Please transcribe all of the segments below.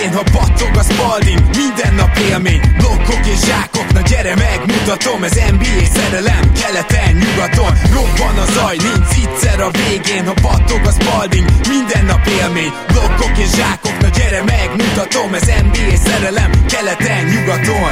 végén, ha battog a Spalding, minden nap élmény, blokkok és zsákok, na gyere megmutatom, ez NBA szerelem, keleten, nyugaton, robban a zaj, nincs egyszer a végén, ha battog a Spalding, minden nap élmény, blokkok és zsákok, na gyere megmutatom, ez NBA szerelem, keleten, nyugaton.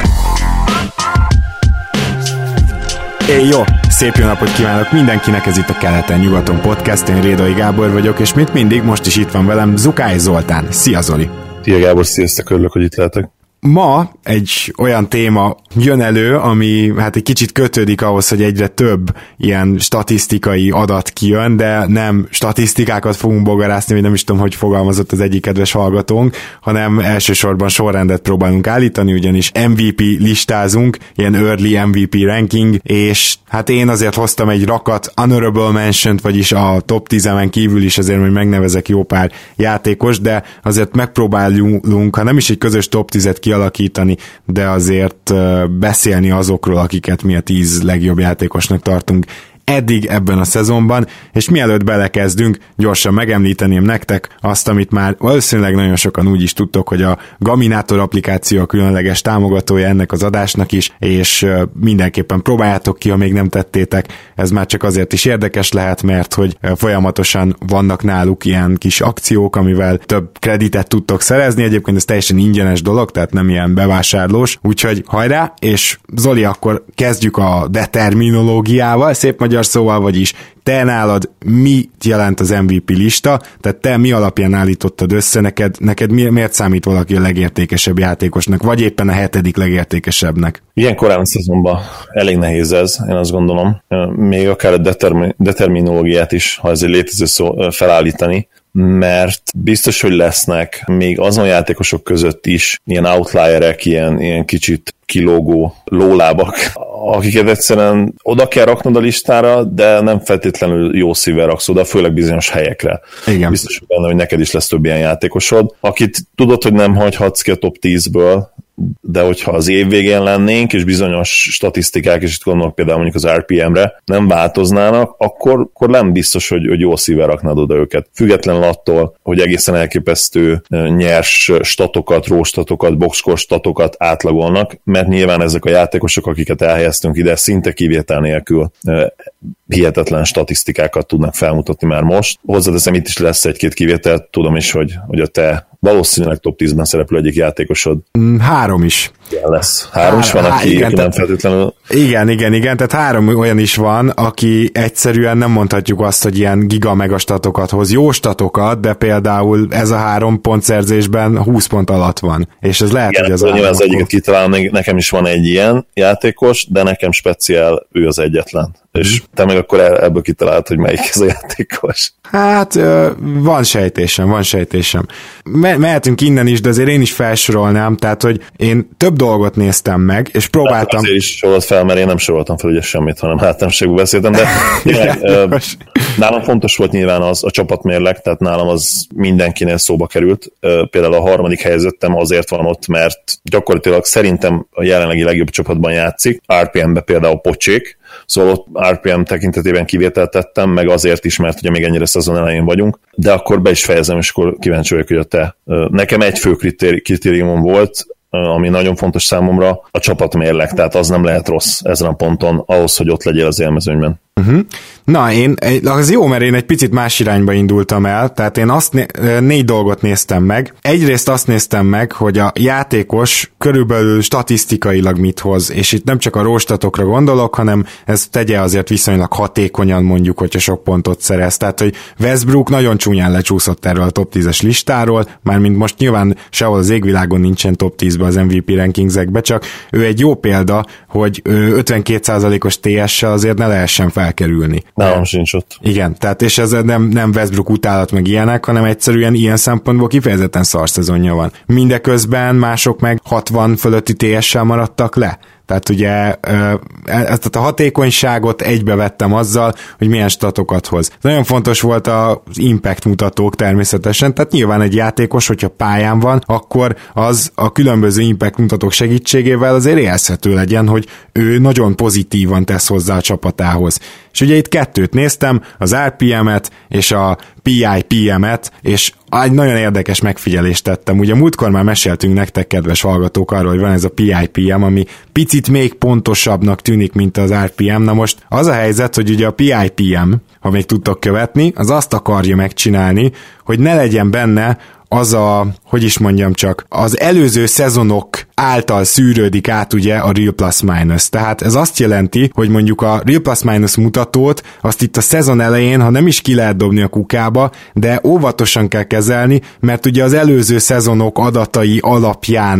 Jó, szép jó napot kívánok mindenkinek, ez itt a Keleten-nyugaton podcast, én Rédai Gábor vagyok, és mint mindig most is itt van velem Zukály Zoltán. Szia Zoli! Szia Gábor, sziasztok, örülök, hogy itt lehetek. Ma egy olyan téma jön elő, ami hát egy kicsit kötődik ahhoz, hogy egyre több ilyen statisztikai adat kijön, de nem statisztikákat fogunk bogarászni, vagy nem is tudom, hogy fogalmazott az egyik kedves hallgatónk, hanem elsősorban sorrendet próbálunk állítani, ugyanis MVP listázunk, ilyen early MVP ranking, és hát én azért hoztam egy rakat honorable mention-t, vagyis a top 10-en kívül is azért, hogy megnevezek jó pár játékos, de azért megpróbálunk, ha nem is egy közös top 10-et kialakítani, de azért beszélni azokról, akiket mi a 10 legjobb játékosnak tartunk eddig ebben a szezonban, és mielőtt belekezdünk, gyorsan megemlíteném nektek azt, amit már valószínűleg nagyon sokan úgy is tudtok, hogy a Gaminator applikáció a különleges támogatója ennek az adásnak is, és mindenképpen próbáljátok ki, ha még nem tettétek, ez már csak azért is érdekes lehet, mert hogy folyamatosan vannak náluk ilyen kis akciók, amivel több kreditet tudtok szerezni, egyébként ez teljesen ingyenes dolog, tehát nem ilyen bevásárlós, úgyhogy hajrá, és Zoli, akkor kezdjük a determinológiával, szép magyar szóval, vagyis te nálad mit jelent az MVP lista, tehát te mi alapján állítottad össze, neked miért számít valaki a legértékesebb játékosnak, vagy éppen a 7. legértékesebbnek? Ilyen korán a szezonban elég nehéz ez, én azt gondolom, még akár a determinológiát is, ha ez egy létező szó, felállítani, mert biztos, hogy lesznek még azon játékosok között is ilyen outlierek, ilyen kicsit kilógó lólábak, akiket egyszerűen oda kell raknod a listára, de nem feltétlenül jó szívvel raksz oda, főleg bizonyos helyekre. Igen. Biztos benne, hogy neked is lesz több ilyen játékosod, akit tudod, hogy nem hagyhatsz ki a top 10-ből, de hogyha az év végén lennénk, és bizonyos statisztikák, és itt gondolok például mondjuk az RPM-re, nem változnának, akkor nem biztos, hogy jó szívvel raknád oda őket. Függetlenül attól, hogy egészen elképesztő nyers statokat, róstatokat, boxscore statokat átlagolnak, mert nyilván ezek a játékosok, akiket elhelyeztünk ide, szinte kivétel nélkül hihetetlen statisztikákat tudnak felmutatni már most. Hozzáteszem, itt is lesz egy-két kivétel, tudom is, hogy a te valószínűleg top 10-ben szereplő egyik játékosod. 3 is. Igen, lesz. 3 is van, aki nem feltétlenül... Igen, tehát 3 olyan is van, aki egyszerűen nem mondhatjuk azt, hogy ilyen giga-mega statokat hoz, jó statokat, de például ez a 3 pontszerzésben 20 pont alatt van. És ez lehet, igen, hogy az nyilván az egyiket kitalálom, nekem is van egy ilyen játékos, de nekem speciál ő az egyetlen. És te meg akkor ebből kitalálod, hogy melyik ez a játékos. Hát van sejtésem. Mehetünk innen is, de azért én is felsorolnám, tehát, hogy én több dolgot néztem meg, és próbáltam... Hát azért is sorolt fel, mert én nem soroltam fel ugye semmit, hanem háttemségből beszéltem, de nálam fontos volt nyilván a csapatmérleg, tehát nálam az mindenkinél szóba került. Például a 3. helyezettem azért van ott, mert gyakorlatilag szerintem a jelenlegi legjobb csapatban játszik, RPM-be például Pocsék, szóval ott RPM tekintetében kivételt tettem, meg azért is, mert ugye még ennyire szezon elején vagyunk, de akkor be is fejezem, és akkor kíváncsi vagyok, hogy a te. Nekem egy fő kritériumom volt, ami nagyon fontos számomra, a csapatmérleg, tehát az nem lehet rossz ezen a ponton, ahhoz, hogy ott legyél az élmezőnyben. Na, az jó, mert én egy picit más irányba indultam el, tehát én 4 dolgot néztem meg. Egyrészt azt néztem meg, hogy a játékos körülbelül statisztikailag mit hoz, és itt nem csak a róstatokra gondolok, hanem ez tegye azért viszonylag hatékonyan mondjuk, hogyha sok pontot szerez. Tehát, hogy Westbrook nagyon csúnyán lecsúszott erről a top 10-es listáról, mármint most nyilván sehol az égvilágon nincsen top 10-be az MVP rankingzekbe, csak ő egy jó példa, hogy 52%-os TS-sel azért ne lehessen felkerülni. Nálam sincs ott. Igen, tehát és ez nem Westbrook utálat meg ilyenek, hanem egyszerűen ilyen szempontból kifejezetten szar szezonja van. Mindeközben mások meg 60 fölötti TS-sel maradtak le. Tehát ugye ezt a hatékonyságot egybevettem azzal, hogy milyen statokat hoz. Nagyon fontos volt az impact mutatók természetesen, tehát nyilván egy játékos, hogyha pályán van, akkor az a különböző impact mutatók segítségével azért érezhető legyen, hogy ő nagyon pozitívan tesz hozzá a csapatához. És ugye itt kettőt néztem, az RPM-et és a PIPM-et, és egy nagyon érdekes megfigyelést tettem. Ugye múltkor már meséltünk nektek, kedves hallgatók, arról, hogy van ez a PIPM, ami picit még pontosabbnak tűnik, mint az RPM. Na most az a helyzet, hogy ugye a PIPM, ha még tudtok követni, az azt akarja megcsinálni, hogy ne legyen benne az a, hogy is mondjam csak, az előző szezonok által szűrődik át ugye a Real Plus Minus. Tehát ez azt jelenti, hogy mondjuk a Real Plus Minus mutatót azt itt a szezon elején, ha nem is ki lehet dobni a kukába, de óvatosan kell kezelni, mert ugye az előző szezonok adatai alapján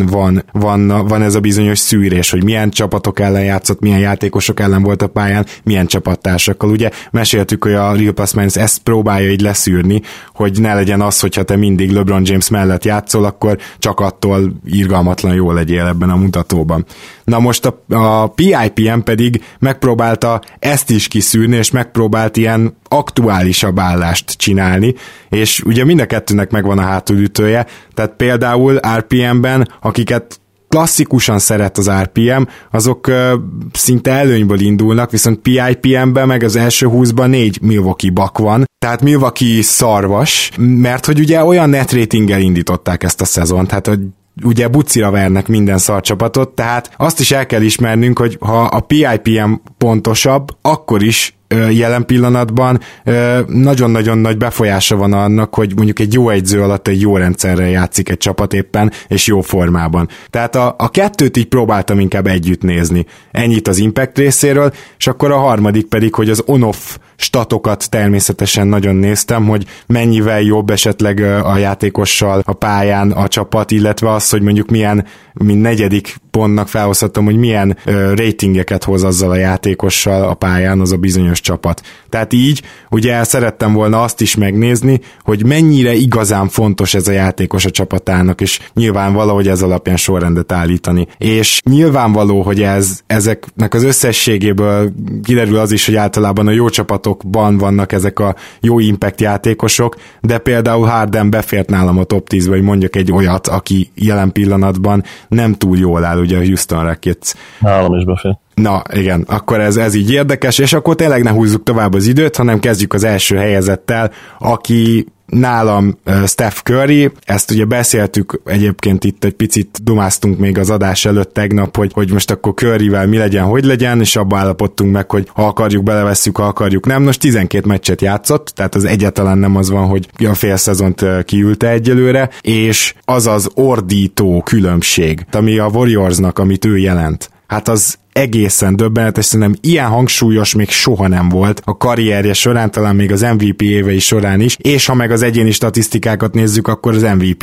van ez a bizonyos szűrés, hogy milyen csapatok ellen játszott, milyen játékosok ellen volt a pályán, milyen csapattársakkal. Ugye meséltük, hogy a Real Plus Minus ezt próbálja így leszűrni, hogy ne legyen az, hogyha te mindig LeBron James mellett játszol, akkor csak attól irgalmatlan jól legyél ebben a mutatóban. Na most a PIPM pedig megpróbálta ezt is kiszűrni, és megpróbált ilyen aktuálisabb állást csinálni, és ugye mind a kettőnek megvan a hátulütője, tehát például RPM-ben, akiket klasszikusan szeret az RPM, azok szinte előnyből indulnak, viszont PIPM-ben meg az első 20-ban 4 Milwaukee Buck van, tehát Milwaukee szarvas, mert hogy ugye olyan net ratinggel indították ezt a szezont, tehát hogy ugye bucira vernek minden szarcsapatot, tehát azt is el kell ismernünk, hogy ha a PIPM pontosabb, akkor is jelen pillanatban nagyon-nagyon nagy befolyása van annak, hogy mondjuk egy jó edző alatt egy jó rendszerrel játszik egy csapat éppen, és jó formában. Tehát a kettőt így próbáltam inkább együtt nézni. Ennyit az impact részéről, és akkor a harmadik pedig, hogy az on-off statokat természetesen nagyon néztem, hogy mennyivel jobb esetleg a játékossal a pályán a csapat, illetve az, hogy mondjuk milyen, mint negyedik pontnak felhozhatom, hogy milyen ratingeket hoz azzal a játékossal a pályán az a bizonyos csapat. Tehát így ugye szerettem volna azt is megnézni, hogy mennyire igazán fontos ez a játékos a csapatának, és nyilván valahogy ez alapján sorrendet állítani. És nyilvánvaló, hogy ezeknek az összességéből kiderül az is, hogy általában a jó csapatokban vannak ezek a jó impact játékosok, de például Harden befért nálam a top 10-be, hogy mondjak egy olyat, aki jelen pillanatban nem túl jól áll, ugye a Houston Rockets. Nálam is befért. Na, igen, akkor ez így érdekes, és akkor tényleg ne húzzuk tovább az időt, hanem kezdjük az első helyezettel, aki nálam Steph Curry, ezt ugye beszéltük egyébként itt egy picit dumáztunk még az adás előtt tegnap, hogy most akkor Curryvel mi legyen, hogy legyen, és abba állapodtunk meg, hogy ha akarjuk belevesszük, ha akarjuk nem. Most 12 meccset játszott, tehát az egyáltalán nem az van, hogy a fél szezont kiülte egyelőre, és az az ordító különbség, ami a Warriorsnak, amit ő jelent, hát az egészen döbbenetes, szerintem ilyen hangsúlyos még soha nem volt a karrierje során, talán még az MVP évei során is, és ha meg az egyéni statisztikákat nézzük, akkor az MVP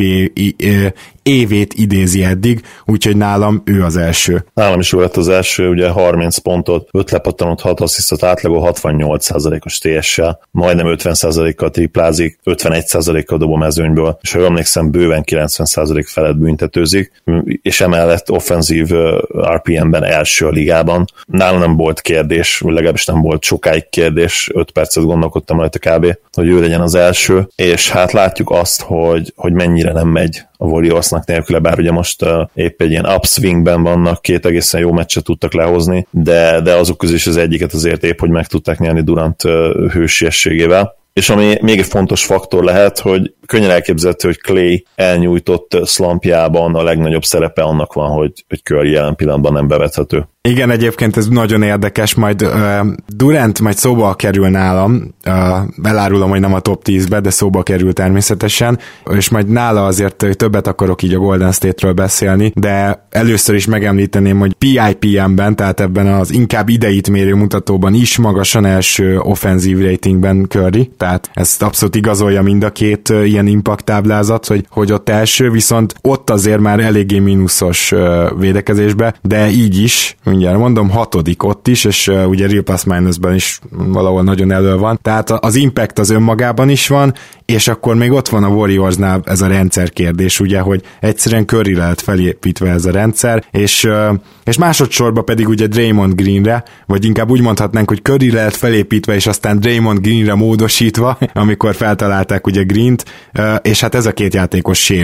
évét idézi eddig, úgyhogy nálam ő az első. Nálam is ő lett az első, ugye 30 pontot, 5 lepattanót, 6 asszisztot, átlagol 68%-os TS-sel, majdnem 50%-kal triplázik, 51%-kal dob a mezőnyből, és ha jól emlékszem, bőven 90% felett büntetőzik, és emellett offenzív RPM-ben első a ligában. Nálam nem volt kérdés, vagy legalábbis nem volt sokáig kérdés, 5 percet gondolkodtam rajta kb., hogy ő legyen az első, és hát látjuk azt, hogy mennyire nem megy a Warriorsnak nélküle, bár ugye most épp egy ilyen upswingben vannak, 2 egészen jó meccset tudtak lehozni, de azok közül is az egyiket azért épp, hogy meg tudták nyerni Durant hősiességével. És ami még egy fontos faktor lehet, hogy könnyen elképzelhető, hogy Clay elnyújtott slumpjában a legnagyobb szerepe annak van, hogy Curry jelen pillanatban nem bevethető. Igen, egyébként ez nagyon érdekes, majd Durant majd szóba kerül nálam, elárulom, hogy nem a top 10-be, de szóba kerül természetesen, és majd nála azért többet akarok így a Golden State-ről beszélni, de először is megemlíteném, hogy PIPM-ben, tehát ebben az inkább ideit mérő mutatóban is magasan első offenzív ratingben Curry, tehát ezt abszolút igazolja mind a két ilyen impact táblázat, hogy ott első, viszont ott azért már eléggé mínuszos védekezésbe, de így is, mindjárt mondom, 6. ott is, és ugye Real Plus Minusban is valahol nagyon elő van, tehát az impact az önmagában is van, és akkor még ott van a Warriorsnál ez a rendszer kérdés, ugye, hogy egyszerűen Curryre lett felépítve ez a rendszer, és másodszorban pedig ugye Draymond Greenre, vagy inkább úgy mondhatnánk, hogy Curryre lett felépítve, és aztán Draymond Greenre módosítva, amikor feltalálták ugye Greent, és hát ez a két játékos sérül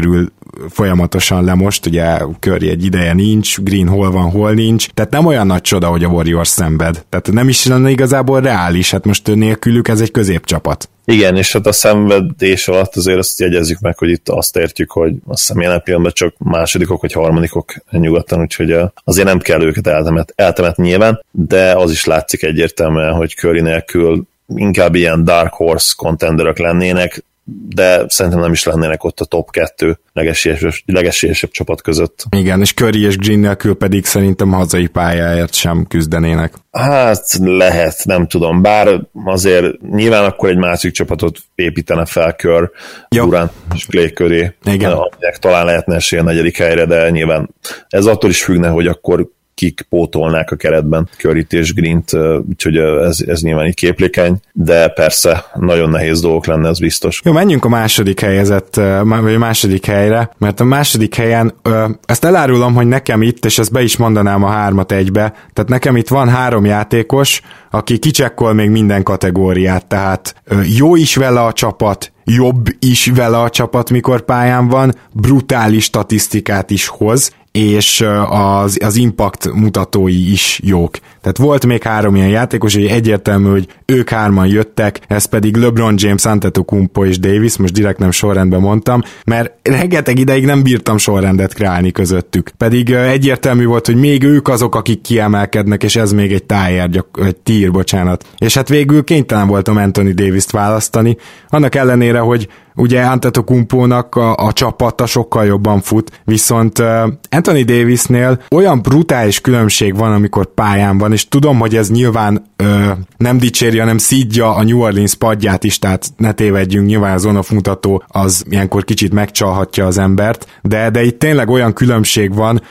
folyamatosan lemost, ugye Curry egy ideje nincs, Green hol van, hol nincs, tehát nem olyan nagy csoda, hogy a Warriors szenved. Tehát nem is lenne igazából reális, hát most nélkülük ez egy középcsapat. Igen, és hát a szenvedés alatt azért azt jegyezzük meg, hogy itt azt értjük, hogy azt hiszem jelen pillanatban csak másodikok vagy harmadikok nyugaton, úgyhogy azért nem kell őket eltemetni nyilván, de az is látszik egyértelműen, hogy Curry nélkül inkább ilyen dark horse contenderök lennének, de szerintem nem is lennének ott a top 2 legesélyesebb csapat között. Igen, és Curry és Green nélkül pedig szerintem hazai pályáért sem küzdenének. Hát lehet, nem tudom, bár azért nyilván akkor egy másik csapatot építene fel Curry, Durant és Clay köré, aminek talán lehetne esélye a 4. helyre, de nyilván ez attól is függne, hogy akkor kik pótolnák a keretben Curryt és Greent, úgyhogy ez nyilván így képlékeny, de persze nagyon nehéz dolgok lenne, ez biztos. Jó, menjünk a második helyre, mert a második helyen ezt elárulom, hogy nekem itt, és ezt be is mondanám a 3-at egybe, tehát nekem itt van 3 játékos, aki kicsekkol még minden kategóriát, tehát jó is vele a csapat, jobb is vele a csapat, mikor pályán van, brutális statisztikát is hoz, és az impact mutatói is jók. Tehát volt még 3 ilyen játékos, hogy egyértelmű, hogy ők 3-an jöttek, ez pedig LeBron James, Antetokounmpo és Davis, most direkt nem sorrendben mondtam, mert rengeteg ideig nem bírtam sorrendet kreálni közöttük. Pedig egyértelmű volt, hogy még ők azok, akik kiemelkednek, és ez még egy tier, bocsánat. És hát végül kénytelen voltam Anthony Davis-t választani, annak ellenére, hogy ugye Antetokounmpónak a csapata sokkal jobban fut, viszont Anthony Davisnél olyan brutális különbség van, amikor pályán van, és tudom, hogy ez nyilván nem dicséri, hanem szídja a New Orleans padját is, tehát ne tévedjünk, nyilván az on-off mutató az ilyenkor kicsit megcsalhatja az embert, de itt tényleg olyan különbség van,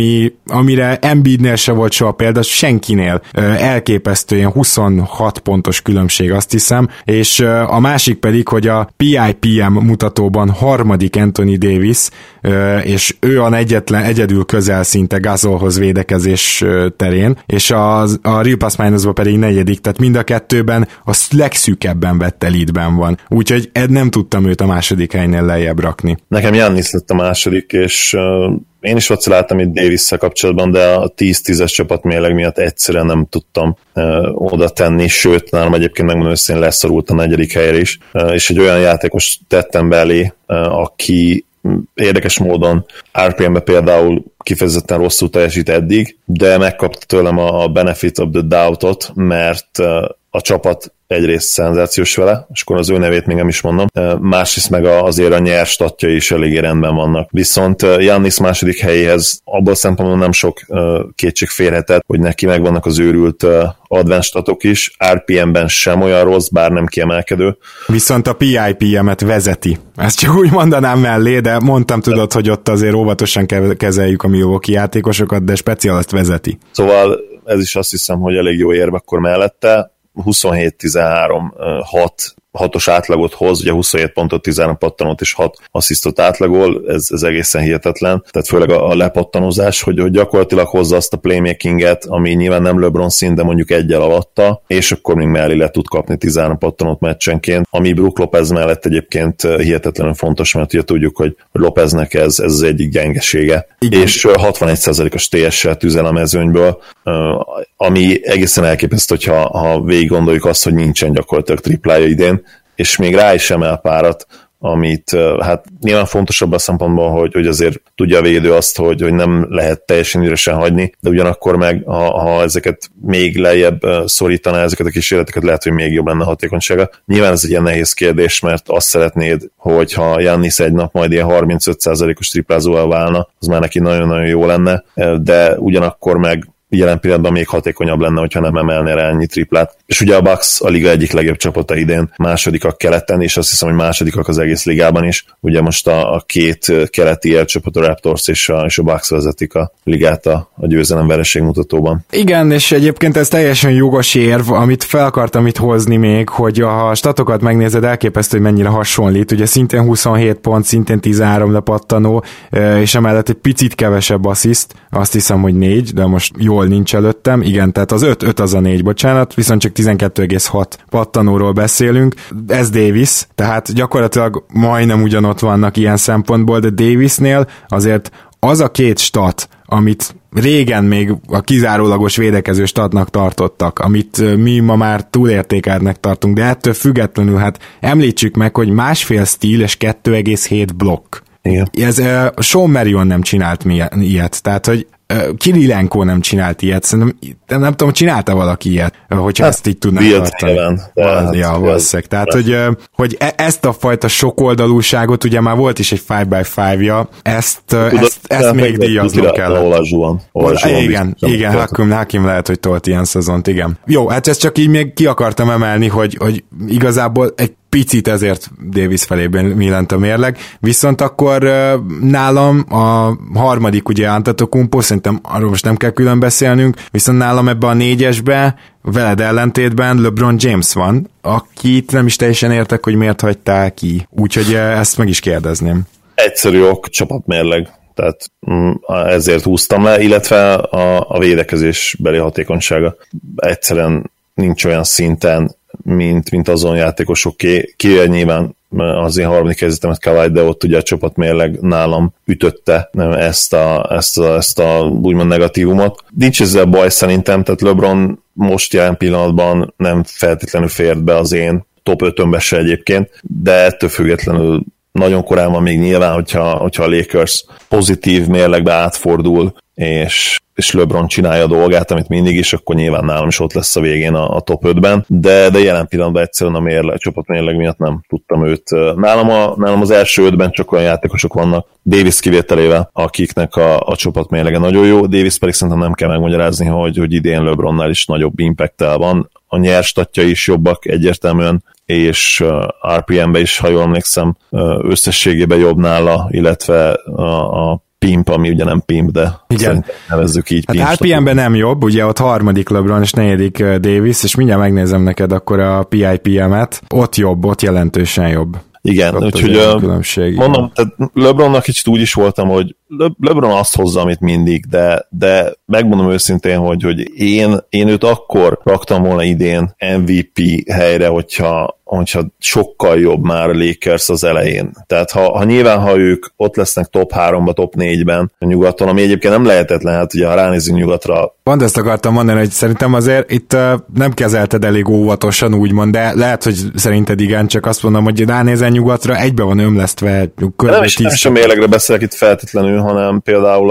amire Embiidnél se volt soha példa, senkinél elképesztő, ilyen 26 pontos különbség, azt hiszem, és a másik pedig, hogy a PIPM mutatóban 3. Anthony Davis, és ő a egyedül közel szinte Gasolhoz védekezés terén, és a Real Plus Minusban pedig 4., tehát mind a kettőben a legszűkebben vett leadben van. Úgyhogy nem tudtam őt a második helynél lejjebb rakni. Nekem Giannis lett a második, és én is vaciláltam itt Davis-szel kapcsolatban, de a 10-10-es csapat mérleg miatt egyszerűen nem tudtam oda tenni, sőt, nálam egyébként megmondom őszintén leszorult a 4. helyre is, és egy olyan játékos tettem belé, aki érdekes módon RPM-be például kifejezetten rosszul teljesít eddig, de megkapta tőlem a benefit of the doubt-ot, mert a csapat egyrészt szenzációs vele, és akkor az ő nevét még nem is mondom, másrészt meg azért a nyers statjai is eléggé rendben vannak. Viszont Giannis második helyéhez abból szempontból nem sok kétség férhetett, hogy neki megvannak az őrült advanced statok is, RPM-ben sem olyan rossz, bár nem kiemelkedő. Viszont a PIPM-et vezeti. Ezt csak úgy mondanám mellé, de mondtam, tudod, hogy ott azért óvatosan kezeljük a Milwaukee játékosokat, de speciál azt vezeti. Szóval ez is azt hiszem, hogy elég jó érv akkor mellette. 27-13-6-os átlagot hoz, ugye 27 pontot, 13 pattanót és 6 asszisztot átlagol, ez egészen hihetetlen, tehát főleg a lepattanozás, hogy gyakorlatilag hozza azt a playmakinget, ami nyilván nem LeBron szint, de mondjuk egyel alatta, és akkor még mellé le tud kapni 13 pattanót meccsenként, ami Brook Lopez mellett egyébként hihetetlenül fontos, mert ugye tudjuk, hogy Lopeznek ez az egyik gyengesége. Igen. És 61%-os TS-sel tüzel a mezőnyből, ami egészen elképesztő, hogyha végig gondoljuk azt, hogy nincsen gyakorlatilag triplája idén, és még rá is emel párat, amit hát nyilván fontosabb a szempontból, hogy azért tudja a védő azt, hogy nem lehet teljesen üresen hagyni, de ugyanakkor meg, ha ezeket még lejjebb szorítaná ezeket a kísérleteket, lehet, hogy még jobb lenne a hatékonysága. Nyilván ez egy ilyen nehéz kérdés, mert azt szeretnéd, hogyha Giannis egy nap majd ilyen 35%-os triplázóval válna, az már neki nagyon-nagyon jó lenne, de ugyanakkor meg jelen pillanatban még hatékonyabb lenne, hogyha nem emelné rá ennyi triplát. És ugye a Bucks a liga egyik legjobb csapata idén, másodikak keleten, és azt hiszem, hogy másodikak az egész ligában is. Ugye most a két keleti elcsapat, a Raptors és a Bucks vezetik a ligát a győzelem-vereség mutatóban. Igen, és egyébként ez teljesen jogos érv, amit fel akartam itt hozni még, hogy a statokat megnézed, elképesztő, hogy mennyire hasonlít. Ugye szintén 27 pont, szintén 13 lepattanó, és emellett egy picit kevesebb assziszt, azt hiszem, hogy 4, de most jól sehol nincs előttem, igen, tehát az 5 az a 4, bocsánat, viszont csak 12,6 pattanóról beszélünk. Ez Davis, tehát gyakorlatilag majdnem ugyanott vannak ilyen szempontból, de Davisnél azért az a két stat, amit régen még a kizárólagos védekező statnak tartottak, amit mi ma már túlértékeltnek tartunk, de ettől függetlenül hát említsük meg, hogy 1,5 stíl és 2,7 blokk. Igen. Ez Sean Marion nem csinált ilyet, tehát hogy Kirilenko nem csinált ilyet, szerintem nem tudom, csinálta valaki ilyet, hogyha ezt így tudnánk tartani. Ja, valószínűleg. Tehát, hogy ezt a fajta sokoldalúságot, ugye már volt is egy 5x5-ja, ezt még díjaznunk kell. Igen, Hakim lehet, hogy tolt ilyen szezont, igen. Jó, hát ezt csak így még ki akartam emelni, hogy igazából egy picit ezért Davis felében millent a mérleg, viszont akkor nálam a harmadik ugye Antetokounmpo, szerintem arról most nem kell külön beszélnünk, viszont nálam ebbe a 4-esbe veled ellentétben LeBron James van, akit nem is teljesen értek, hogy miért hagytál ki. Úgyhogy ezt meg is kérdezném. Egyszerű ok, csapatmérleg. Tehát ezért húztam le, illetve a védekezésbeli hatékonysága egyszerűen nincs olyan szinten, mint azon játékosoké. Nyilván az én harmadik helyzetemet Kawhi, de ott ugye a csapatmérleg nálam ütötte ezt a úgymond negatívumot. Nincs ezzel baj szerintem, tehát LeBron most jelen pillanatban nem feltétlenül fért be az én top 5-ömbe se egyébként, de ettől függetlenül nagyon korán van még nyilván, hogyha a Lakers pozitív mérlegbe átfordul, és LeBron csinálja a dolgát, amit mindig is, akkor nyilván nálam is ott lesz a végén a top 5-ben, de jelen pillanatban egyszerűen a csapatmérleg miatt nem tudtam őt. Nálam az első 5-ben csak olyan játékosok vannak, Davis kivételével, akiknek a csapatmérlege nagyon jó, Davis pedig szerintem nem kell megmagyarázni, hogy idén LeBronnál is nagyobb impact-tel van, a nyerstatja is jobbak egyértelműen, és RPM-be is, ha jól emlékszem, összességében jobb nála, illetve a pimp, ami ugye nem pimp, de nevezzük így. Hát RPM-ben nem jobb, ugye ott harmadik LeBron és negyedik Davis, és mindjárt megnézem neked akkor a PIPM-et, ott jobb, ott jelentősen jobb. Igen, úgyhogy mondom, tehát LeBronnak kicsit úgy is voltam, hogy LeBron azt hozza, amit mindig, de megmondom őszintén, hogy én őt akkor raktam volna idén MVP helyre, hogyha sokkal jobb már a Lakers az elején. Tehát ha nyilván, ha ők ott lesznek top 3-ba, top 4-ben a nyugaton, ami egyébként nem lehetetlen, hát ugye ha ránézünk nyugatra. Pont ezt akartam mondani, hogy szerintem azért itt nem kezelted elég óvatosan úgymond, de lehet, hogy szerinted igen, csak azt mondom, hogy ránézel nyugatra, egybe van ömlesztve. Nem is a mérlegre beszélek itt feltétlenül, hanem például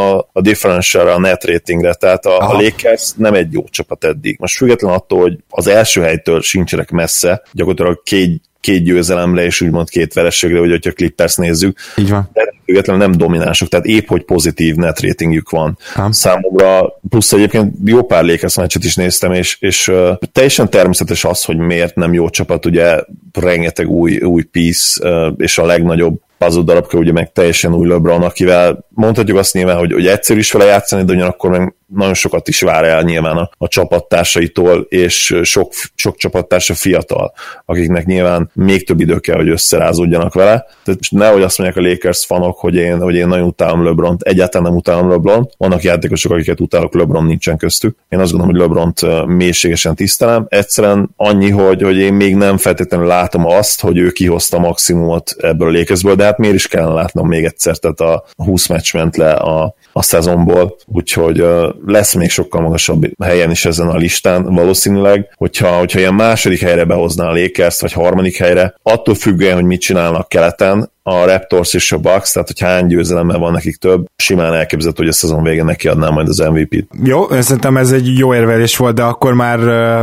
a differential, a net ratingre, tehát a Lakers nem egy jó csapat eddig. Most független attól, hogy az első helytől sincsenek messze, gyakorlatilag két győzelemre és úgymond 2 vereségre, hogy a Clippers nézzük. Így van. De függetlenül nem dominánsok, tehát épp hogy pozitív net ratingjük van. Számomra, plusz egyébként jó pár Lakers meccset is néztem, és teljesen természetes az, hogy miért nem jó csapat, ugye rengeteg új piece, és a legnagyobb puzzle darabka, ugye meg teljesen új LeBron, akivel mondhatjuk azt nyilván, hogy egyszerű is vele játszani, de ugyanakkor meg nagyon sokat is vár el nyilván a csapattársaittól, és sok csapattársa fiatal, akiknek nyilván még több idő kell, hogy összerázódjanak vele. Tehát nehogy azt mondják a Lakers fanok, hogy én nagyon utálom LeBront, egyáltalán nem utálom LeBront. Vannak játékosok, akiket utálok, LeBron nincsen köztük. Én azt gondolom, hogy LeBront mélységesen tisztelem. Egyszerűen annyi, hogy én még nem feltétlenül látom azt, hogy ő kihozta maximumot ebből a Lakersből, de hát miért is kellene látnom még egyszer, tehát a 20 meccs ment le a szezonból, úgyhogy lesz még sokkal magasabb helyen is ezen a listán valószínűleg, hogyha ilyen második helyre behozná a Lakers, vagy harmadik helyre, attól függően, hogy mit csinálnak keleten, a Raptors és a Bucks, tehát hogy hány győzelemmel van nekik több, simán elképzelhető, hogy a szezon végén neki adná majd az MVP-t. Jó, szerintem ez egy jó érvelés volt, de akkor már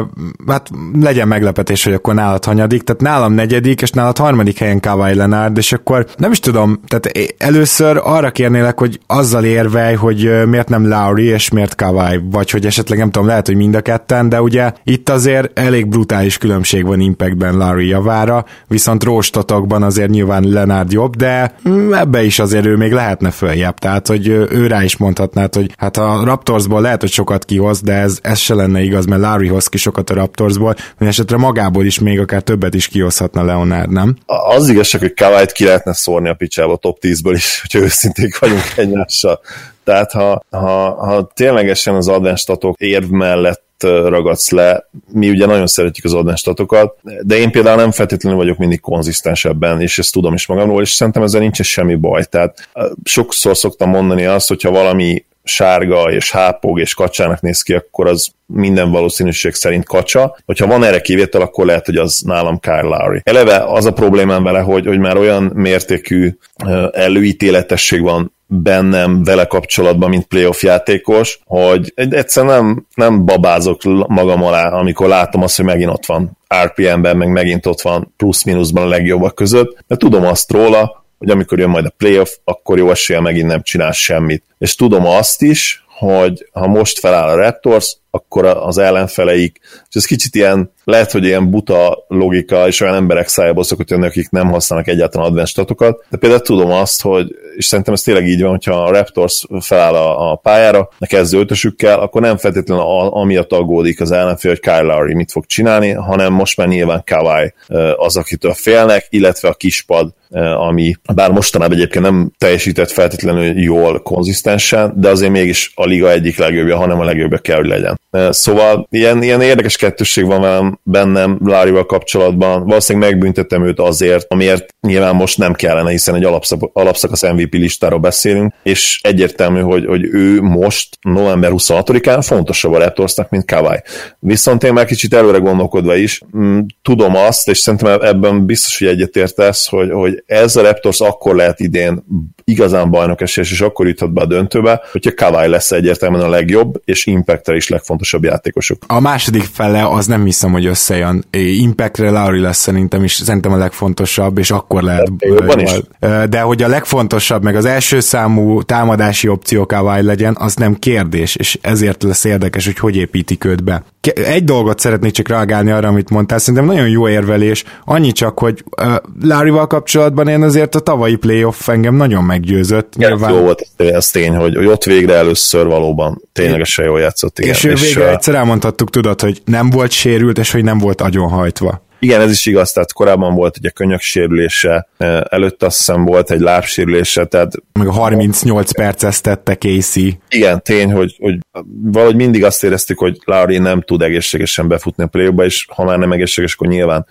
hát legyen meglepetés, hogy akkor nálad hanyadik, tehát nálam negyedik, és nálad harmadik helyen Kawhi Leonard, és akkor nem is tudom, tehát először arra kérnélek, hogy azzal érvelj, hogy miért nem Lowry, és miért Kawhi, vagy hogy esetleg nem tudom, lehet, hogy mind a ketten, de ugye itt azért elég brutális különbség van impactben Lowry javára, viszont róstatokban azért nyilván Leonard jobb, de ebbe is azért ő még lehetne följebb, tehát hogy ő rá is mondhatnád, hogy hát a Raptorsból lehet, hogy sokat kihoz, de ez se lenne igaz, mert Lowry hoz ki sokat a Raptorsból, mindesetre magából is még akár többet is kihozhatna Leonard, nem? Az igazság, hogy Kawhi-t ki lehetne szórni a picsába a top 10-ből is, hogyha őszinték vagyunk egymással. Tehát ha ténylegesen az advanced statok érv mellett ragadsz le, mi ugye nagyon szeretjük az advanced statokat, de én például nem feltétlenül vagyok mindig konzisztensebben, és ezt tudom is magamról, és szerintem ezzel nincsen semmi baj. Tehát sokszor szoktam mondani azt, hogyha valami sárga és hápog és kacsának néz ki, akkor az minden valószínűség szerint kacsa. Hogyha van erre kivétel, akkor lehet, hogy az nálam Kyle Lowry. Eleve az a problémám vele, hogy már olyan mértékű előítéletesség van bennem vele kapcsolatban, mint playoff játékos, hogy egyszerűen nem babázok magam alá, amikor látom azt, hogy megint ott van RPM-ben, meg megint ott van plusz-minuszban a legjobbak között, de tudom azt róla, hogy amikor jön majd a playoff, akkor jó eséllyel megint nem csinál semmit. És tudom azt is, hogy ha most feláll a Raptors, akkor az ellenfeleik, és ez kicsit ilyen, lehet, hogy ilyen buta logika, és olyan emberek szájából szokott jönni, akik nem használnak egyáltalán advanced statokat, de például tudom azt, hogy, és szerintem ez tényleg így van, hogyha a Raptors feláll a pályára, a kezdő ötösükkel, akkor nem feltétlenül amiatt aggódik az ellenfél, hogy Kyle Lowry mit fog csinálni, hanem most már nyilván Kawhi az, akitől félnek, illetve a kispad, ami bár mostanában egyébként nem teljesített feltétlenül jól, konzisztensen, de azért mégis a liga egyik legjobbja, hanem a legjobbja kell, hogy legyen. Szóval ilyen érdekes kettősség van bennem Lowryval kapcsolatban. Valószínűleg megbüntettem őt azért, amiért nyilván most nem kellene, hiszen egy alapszakasz MVP listáról beszélünk, és egyértelmű, hogy ő most november 26-án fontosabb a Raptorsnak, mint Kawhi. Viszont én már kicsit előre gondolkodva is tudom azt, és szerintem ebben biztos, hogy egyetértesz, hogy ez a Raptors akkor lehet idén igazán bajnokesélyes, és akkor juthat be a döntőbe, hogyha Kawhi lesz egyértelműen a legjobb, és Impactre is legfontosabb játékosok. A második fele az nem hiszem, hogy összejön. Impactre Lowry lesz szerintem a legfontosabb, és akkor lehet. De hogy a legfontosabb, meg az első számú támadási opció Kawhi legyen, az nem kérdés, és ezért lesz érdekes, hogy építik őt be. Egy dolgot szeretnék csak reagálni arra, amit mondtál, szerintem nagyon jó érvelés, annyi csak, hogy Lowryval kapcsolatban én azért a tavalyi playoff engem nagyon meggyőzött. Nyilván... Jó volt ez tény, hogy ott végre először valóban ténylegesen jól játszott. Igen. És ő végre egyszer elmondhattuk, tudod, hogy nem volt sérült, és hogy nem volt agyonhajtva. Igen, ez is igaz, tehát korábban volt ugye könyöksérülése, előtt azt hiszem volt egy lábsérülése, tehát... Meg a 38 perceztette Casey. Igen, tény, hogy valahogy mindig azt éreztük, hogy Lowry nem tud egészségesen befutni a play-offba, és ha már nem egészséges, akkor nyilván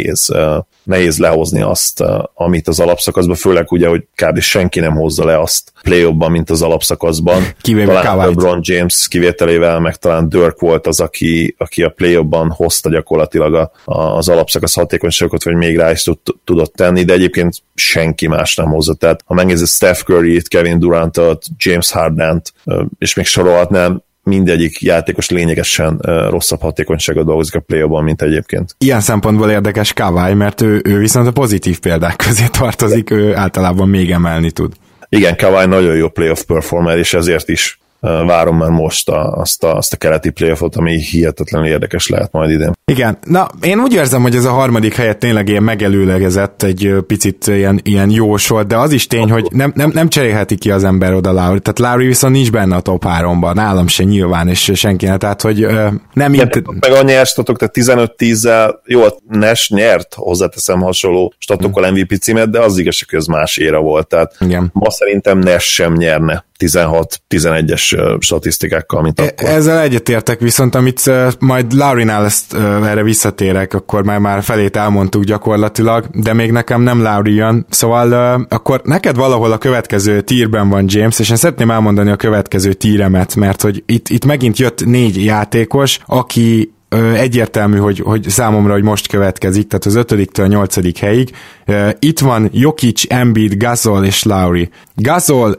nehéz lehozni azt, amit az alapszakaszban, főleg ugye, hogy kb. Senki nem hozza le azt play-offban, mint az alapszakaszban. Kivéve talán LeBron James kivételével, meg talán Dirk volt az, aki a play-offban hozta gyakorlatilag az alapszakasz hatékonyságot, vagy még rá is tudott tenni, de egyébként senki más nem hozza. Tehát ha megnézed Steph Curryt, Kevin Durantot, James Hardent, és még sorolhatnám, mindegyik játékos lényegesen rosszabb hatékonysággal dolgozik a play-offban, mint egyébként. Ilyen szempontból érdekes Kawhi, mert ő viszont a pozitív példák közé tartozik, ő általában még emelni tud. Igen, Kawhi nagyon jó playoff performer, és ezért is várom már most azt a keleti playoffot, ami hihetetlenül érdekes lehet majd idén. Igen, na én úgy érzem, hogy ez a harmadik helyet tényleg ilyen megelőlegezett, egy picit ilyen jósolt, de az is tény, hogy nem cserélheti ki az ember oda Lowry, tehát Lowry viszont nincs benne a top 3-ban, nálam se nyilván, és senkinek, tehát hogy nem... Meg a nyerstatok, tehát 15-10-zel, jó, Nash nyert, hozzáteszem hasonló statokkal MVP címet, de az igazság, hogy az más éra volt, tehát igen. Ma szerintem Nash sem nyerne 16-11-es statisztikákkal, mint akkor. Ezzel egyetértek, viszont amit majd Lowrynál ezt erre visszatérek, akkor már felét elmondtuk gyakorlatilag, de még nekem nem Lowry jön, szóval akkor neked valahol a következő tírben van James, és én szeretném elmondani a következő tíremet, mert hogy itt megint jött 4 játékos, aki egyértelmű, hogy számomra, hogy most következik, tehát az 5-től 8. helyig. Itt van Jokic, Embiid, Gasol és Lowry. Gasol,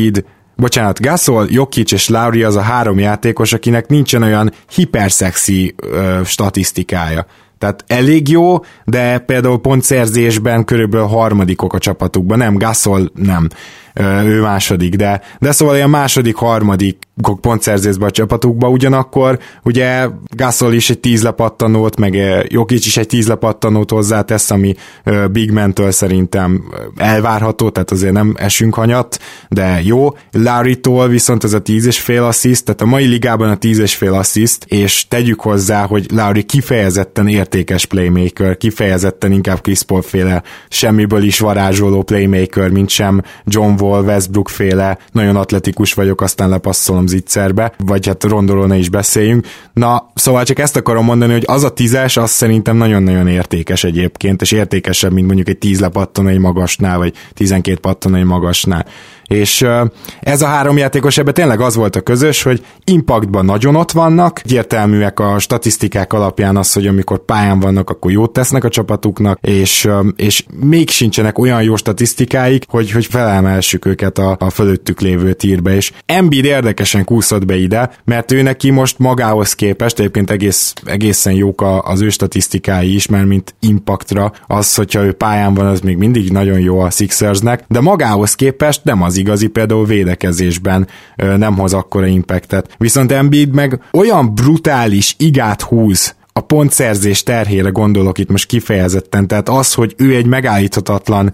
Jokic és Lowry az a 3 játékos, akinek nincsen olyan hiperszexi statisztikája. Tehát elég jó, de például pontszerzésben körülbelül harmadikok a csapatukban, nem, Gasol nem, ő második, de szóval ilyen második, harmadik pontszerzésbe a csapatukba, ugyanakkor ugye Gasol is egy 10 lepattanót, meg Jokic is egy 10 lepattanót hozzátesz, ami Big Man-től szerintem elvárható, tehát azért nem esünk hanyat, de jó. Larry-tól viszont ez a 10,5 assziszt, tehát a mai ligában a 10,5 assziszt, és tegyük hozzá, hogy Larry kifejezetten értékes playmaker, kifejezetten inkább Chris Paul féle semmiből is varázsoló playmaker, mint sem John Wall, Westbrook féle, nagyon atletikus vagyok, aztán lepasszolom zicserbe, vagy hát rondoló ne is beszéljünk. Na, szóval csak ezt akarom mondani, hogy az a 10-es, az szerintem nagyon-nagyon értékes egyébként, és értékesebb, mint mondjuk egy 10 lepattanó egy magasnál, vagy 12 pattanó egy magasnál. És ez a 3 játékos, ebben tényleg az volt a közös, hogy impactban nagyon ott vannak, egyértelműek a statisztikák alapján az, hogy amikor pályán vannak, akkor jót tesznek a csapatuknak, és még sincsenek olyan jó statisztikáik, hogy felemelessük őket a fölöttük lévő tírbe, és Embiid érdekesen kúszott be ide, mert ő neki most magához képest, egyébként egészen jók az ő statisztikái is, mert mint impactra az, hogyha ő pályán van, az még mindig nagyon jó a Sixersnek, de magához képest nem az igazi, például védekezésben nem hoz akkora impactet. Viszont Embiid meg olyan brutális igát húz a pontszerzés terhére, gondolok itt most kifejezetten, tehát az, hogy ő egy megállíthatatlan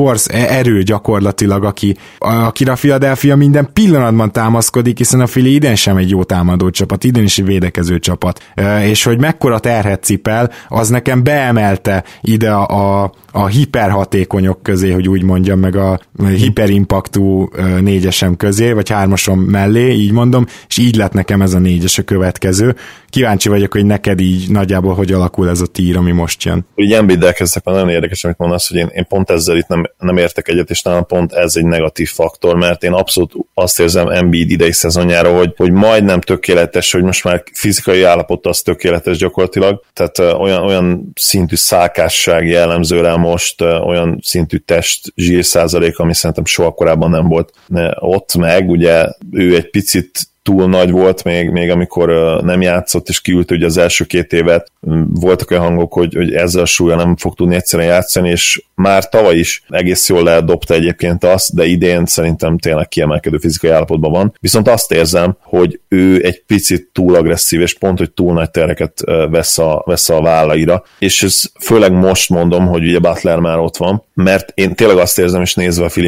erő gyakorlatilag, akire a Philadelphia minden pillanatban támaszkodik, hiszen a Philly idén sem egy jó támadó csapat, idén is egy védekező csapat, és hogy mekkora terhet cipel, az nekem beemelte ide a hiperhatékonyok közé, hogy úgy mondjam, meg a hiperimpaktú 4-esem közé, vagy 3-asom mellé, így mondom, és így lett nekem ez a 4-es a következő. Kíváncsi vagyok, hogy neked így nagyjából hogy alakul ez a tír, ami most jön. Úgy Embiiddel kezdek, mert nagyon érdekes, amit mondasz, hogy én pont ezzel itt nem értek egyet, és nálam pont ez egy negatív faktor, mert én abszolút azt érzem Embiid idei szezonjára, hogy majdnem tökéletes, hogy most már fizikai állapot az tökéletes gyakorlatilag, tehát olyan szintű szálkásság jellemző rá most, olyan szintű test zsírszázalék, ami szerintem soha korábban nem volt ott meg, ugye ő egy picit túl nagy volt még amikor nem játszott, és kiült ugye az első 2 évet. Voltak olyan hangok, hogy ezzel a súlya nem fog tudni egyszerűen játszani, és már tavaly is egész jól ledobta egyébként azt, de idén szerintem tényleg kiemelkedő fizikai állapotban van. Viszont azt érzem, hogy ő egy picit túl agresszív, és pont, hogy túl nagy tereket vesz a vállaira. És ez főleg most mondom, hogy ugye Butler már ott van, mert én tényleg azt érzem, és nézve a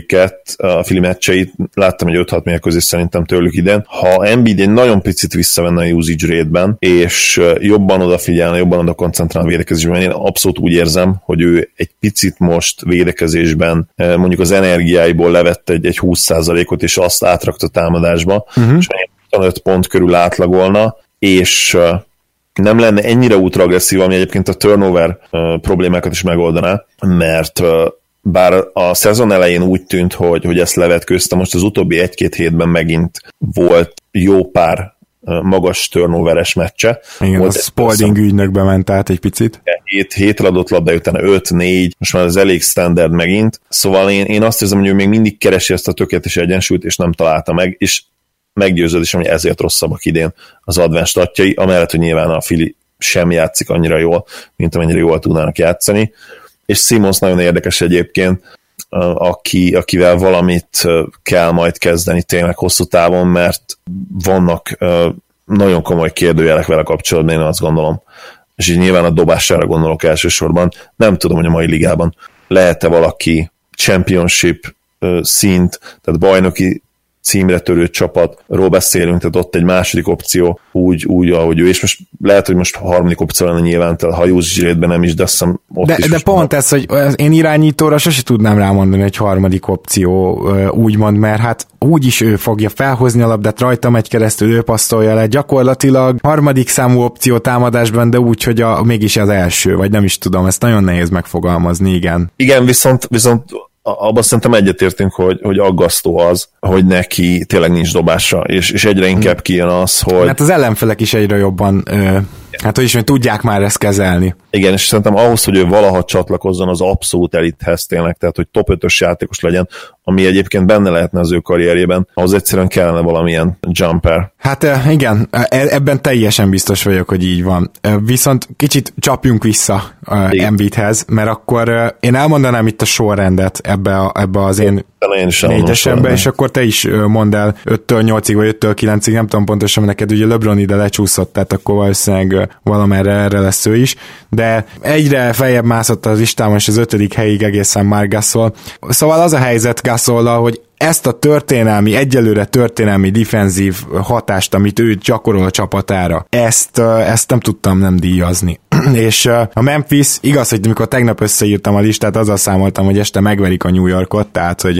Philly meccseit, láttam egy 5-6 mérkőzést szerintem tőlük idén. Ha Embiid egy nagyon picit visszavenne a usage rate-ben, és jobban odafigyelne, jobban oda koncentrálna a védekezésben, én abszolút úgy érzem, hogy ő egy picit most védekezésben mondjuk az energiáiból levette egy 20%-ot, és azt átrakta támadásba, és 5 pont körül átlagolna, és nem lenne ennyire ultra agresszív, ami egyébként a turnover problémákat is megoldaná, mert bár a szezon elején úgy tűnt, hogy ezt levetkőzte, most az utóbbi 1-2 hétben megint volt jó pár magas turnoveres meccse. Igen, a Spalding ügynökbe ment át egy picit. 7 adott labda, utána 5-4, most már ez elég standard megint. Szóval én azt érzem, hogy ő még mindig keresi ezt a tökéletes egyensúlyt, és nem találta meg, és meggyőződésem, hogy ezért rosszabbak idén az advanced statjai, amellett, hogy nyilván a Philly sem játszik annyira jól, mint amennyire jól tudnának játszani. És Simmons nagyon érdekes egyébként, akivel valamit kell majd kezdeni tényleg hosszú távon, mert vannak nagyon komoly kérdőjelek vele kapcsolatban, én azt gondolom. És így nyilván a dobására gondolok elsősorban. Nem tudom, hogy a mai ligában lehet-e valaki championship szint, tehát bajnoki címre törő csapatról beszélünk, tehát ott egy második opció úgy ahogy ő, és most lehet, hogy most a harmadik opció lenne nyilván, tehát ha usage rate-ben nem is, de azt hiszem ott is. De pont ez, hogy én irányítóra sose tudnám rámondani, hogy harmadik opció úgymond, mert hát úgyis ő fogja felhozni a labdát, rajta megy keresztül, ő passzolja le, gyakorlatilag harmadik számú opció támadásban, de úgy, hogy mégis az első, vagy nem is tudom, ezt nagyon nehéz megfogalmazni, igen. Igen, viszont abban szerintem egyetértünk, hogy aggasztó az, hogy neki tényleg nincs dobása, és egyre inkább kijön az, hogy... Mert az ellenfelek is egyre jobban, hogy is tudják már ezt kezelni. Igen, és szerintem ahhoz, hogy ő valaha csatlakozzon az abszolút elithez tényleg, tehát hogy top 5-ös játékos legyen, ami egyébként benne lehetne az ő karrierjében, ahhoz egyszerűen kellene valamilyen jumper. Hát igen, ebben teljesen biztos vagyok, hogy így van. Viszont kicsit csapjunk vissza Embiidhez, mert akkor én elmondanám itt a sorrendet ebbe az én én is 4-esenbe, és akkor te is mondd el 5-től 8-ig, vagy 5-től 9-ig, nem tudom pontosan, neked ugye LeBron ide lecsúszott, tehát akkor valószínűleg valamerre erre lesz ő is, de egyre feljebb mászott az listámon, és az 5. helyig egészen már Gasol. Szóval az a helyzet Gasollal, hogy ezt a egyelőre történelmi defenzív hatást, amit ő gyakorol a csapatára, ezt nem tudtam nem díjazni. És a Memphis, igaz, hogy amikor tegnap összeírtam a listát, azzal számoltam, hogy este megverik a New Yorkot, tehát, hogy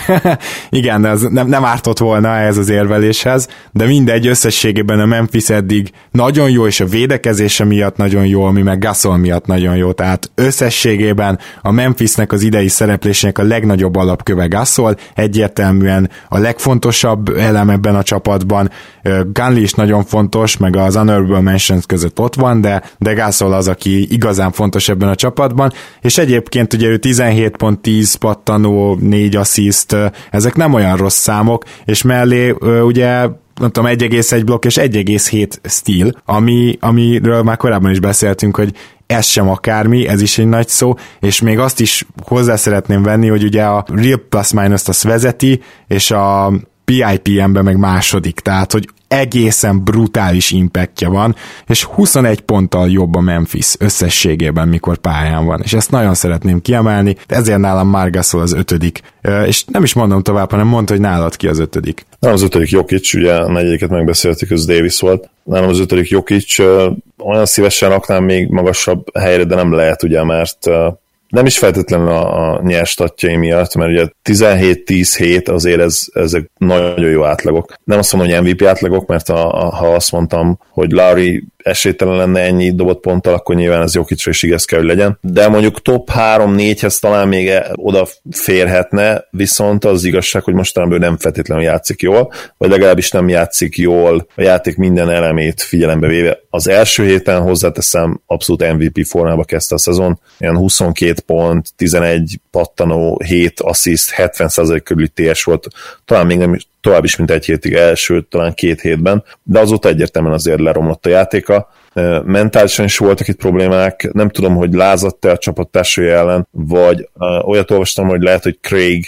igen, de az nem ártott volna ez az érveléshez, de mindegy, összességében a Memphis eddig nagyon jó, és a védekezése miatt nagyon jó, ami meg Gasol miatt nagyon jó, tehát összességében a Memphisnek az idei szereplésének a legnagyobb alapköve Gasol, egyértelműen a legfontosabb elem ebben a csapatban. Gunley is nagyon fontos, meg az honorable mentions között ott van, de Gasol az, aki igazán fontos ebben a csapatban, és egyébként ugye ő 17 pont, 10 pattanó, 4 assziszt, ezek nem olyan rossz számok, és mellé ugye nem tudom, 1,1 blokk és 1,7 steal, amiről már korábban is beszéltünk, hogy ez sem akármi, ez is egy nagy szó, és még azt is hozzá szeretném venni, hogy ugye a Real Plus Minus-t azt vezeti, és a PIPM-ben meg második, tehát hogy egészen brutális impactja van, és 21 ponttal jobb a Memphis összességében, mikor pályán van, és ezt nagyon szeretném kiemelni, ezért nálam már Gasol az 5. És nem is mondom tovább, hanem mondta, hogy nálad ki az 5. Nem az 5. Jokic, ugye a 4. megbeszéltük, az Davis volt. Nálam az 5. Jokic, olyan szívesen raknám még magasabb helyre, de nem lehet, ugye, mert nem is feltétlenül a nyers statjai miatt, mert ugye 17-10-7 azért ezek nagyon jó átlagok. Nem azt mondom, hogy MVP átlagok, mert ha azt mondtam, hogy Lowry esélytelen lenne ennyi dobott ponttal, akkor nyilván ez Jokicra is igaz kell, hogy legyen. De mondjuk top 3-4-hez talán még oda férhetne, viszont az igazság, hogy mostanában ő nem feltétlenül játszik jól, vagy legalábbis nem játszik jól a játék minden elemét figyelembe véve. Az első héten hozzáteszem, abszolút MVP formába kezdte a szezon, ilyen 22 pont, 11 pattanó, 7 assziszt, 70% körüli TS volt, talán még nem tovább is, mint egy hétig, első talán 2 hétben, de azóta egyértelműen azért leromlott a játéka. Mentálisan is voltak itt problémák, nem tudom, hogy lázadt-e a csapattársai ellen, vagy olyat olvastam, hogy lehet, hogy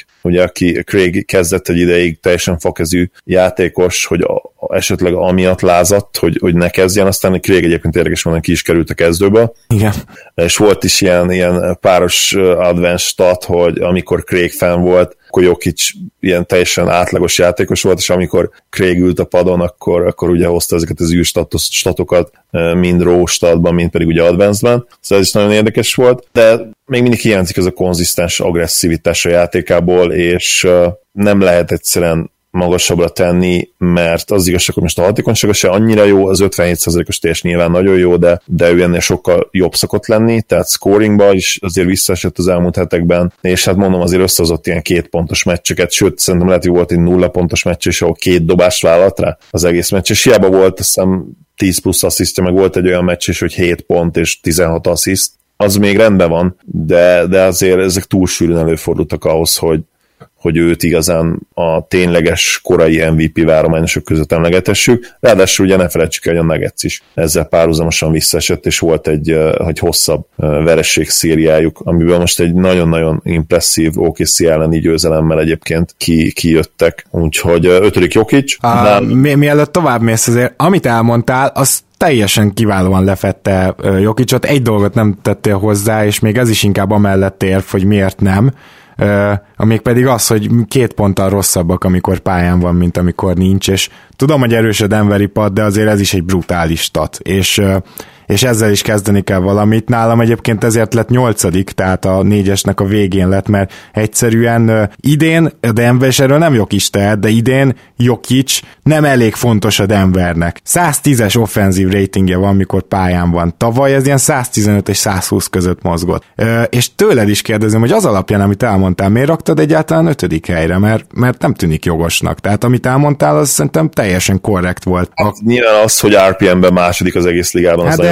Craig kezdett egy ideig teljesen fakezű játékos, hogy esetleg amiatt lázadt, hogy ne kezdjen, aztán Craig egyébként érdekes módon ki is került a kezdőbe. Igen. És volt is ilyen páros advanced stat, hogy amikor Craig fenn volt, akkor Jokic ilyen teljesen átlagos játékos volt, és amikor Craig ült a padon, akkor ugye hozta ezeket az űrstatokat, mind raw statban, mind pedig ugye advancedban. Szóval ez is nagyon érdekes volt, de még mindig hiányzik ez a konzisztens agresszivitás a játékából, és nem lehet egyszerűen magasabbra tenni, mert az igazság, hogy most a hatékonysága se annyira jó, az 57%-os TS nyilván nagyon jó, de ő ennél sokkal jobb szokott lenni, tehát scoringba is azért visszaesett az elmúlt hetekben, és hát mondom, azért összehozott ilyen 2 pontos meccseket, sőt, szerintem lehet, hogy volt egy 0 pontos meccs is, ahol 2 dobást vállalt rá az egész meccs, és hiába volt, azt hiszem 10 plusz asszisztja, meg volt egy olyan meccs is, hogy 7 pont és 16 assziszt, az még rendben van, de azért ezek túl sűrűn előfordultak ahhoz, hogy őt igazán a tényleges korai MVP várományosok között emlegetessük. Ráadásul ugye ne felejtsük el, hogy a Nuggets is ezzel párhuzamosan visszaesett, és volt egy hosszabb vereség szériájuk, amiből most egy nagyon-nagyon impresszív OKC elleni győzelemmel egyébként kijöttek. Úgyhogy 5. Jokic. Mielőtt tovább mész, azért amit elmondtál, az teljesen kiválóan lefette Jokicot, egy dolgot nem tettél hozzá, és még ez is inkább amellett érv, hogy miért nem, amíg pedig az, hogy 2 ponttal rosszabbak, amikor pályán van, mint amikor nincs, és tudom, hogy erős a Denveri pad, de azért ez is egy brutális stat, és ezzel is kezdeni kell valamit. Nálam egyébként ezért lett 8., tehát a 4-esnek a végén lett, mert egyszerűen idén a Denver, és erről nem Jokic tehet, de idén Jokic nem elég fontos a Denvernek. 110-es offenzív ratingje van, mikor pályán van. Tavaly ez ilyen 115 és 120 között mozgott. És tőled is kérdezem, hogy az alapján, amit elmondtál, miért raktad egyáltalán 5. helyre, mert nem tűnik jogosnak. Tehát amit elmondtál, az szerintem teljesen korrekt volt. Nyilván az, hogy RPM-ben második az egész ligában, az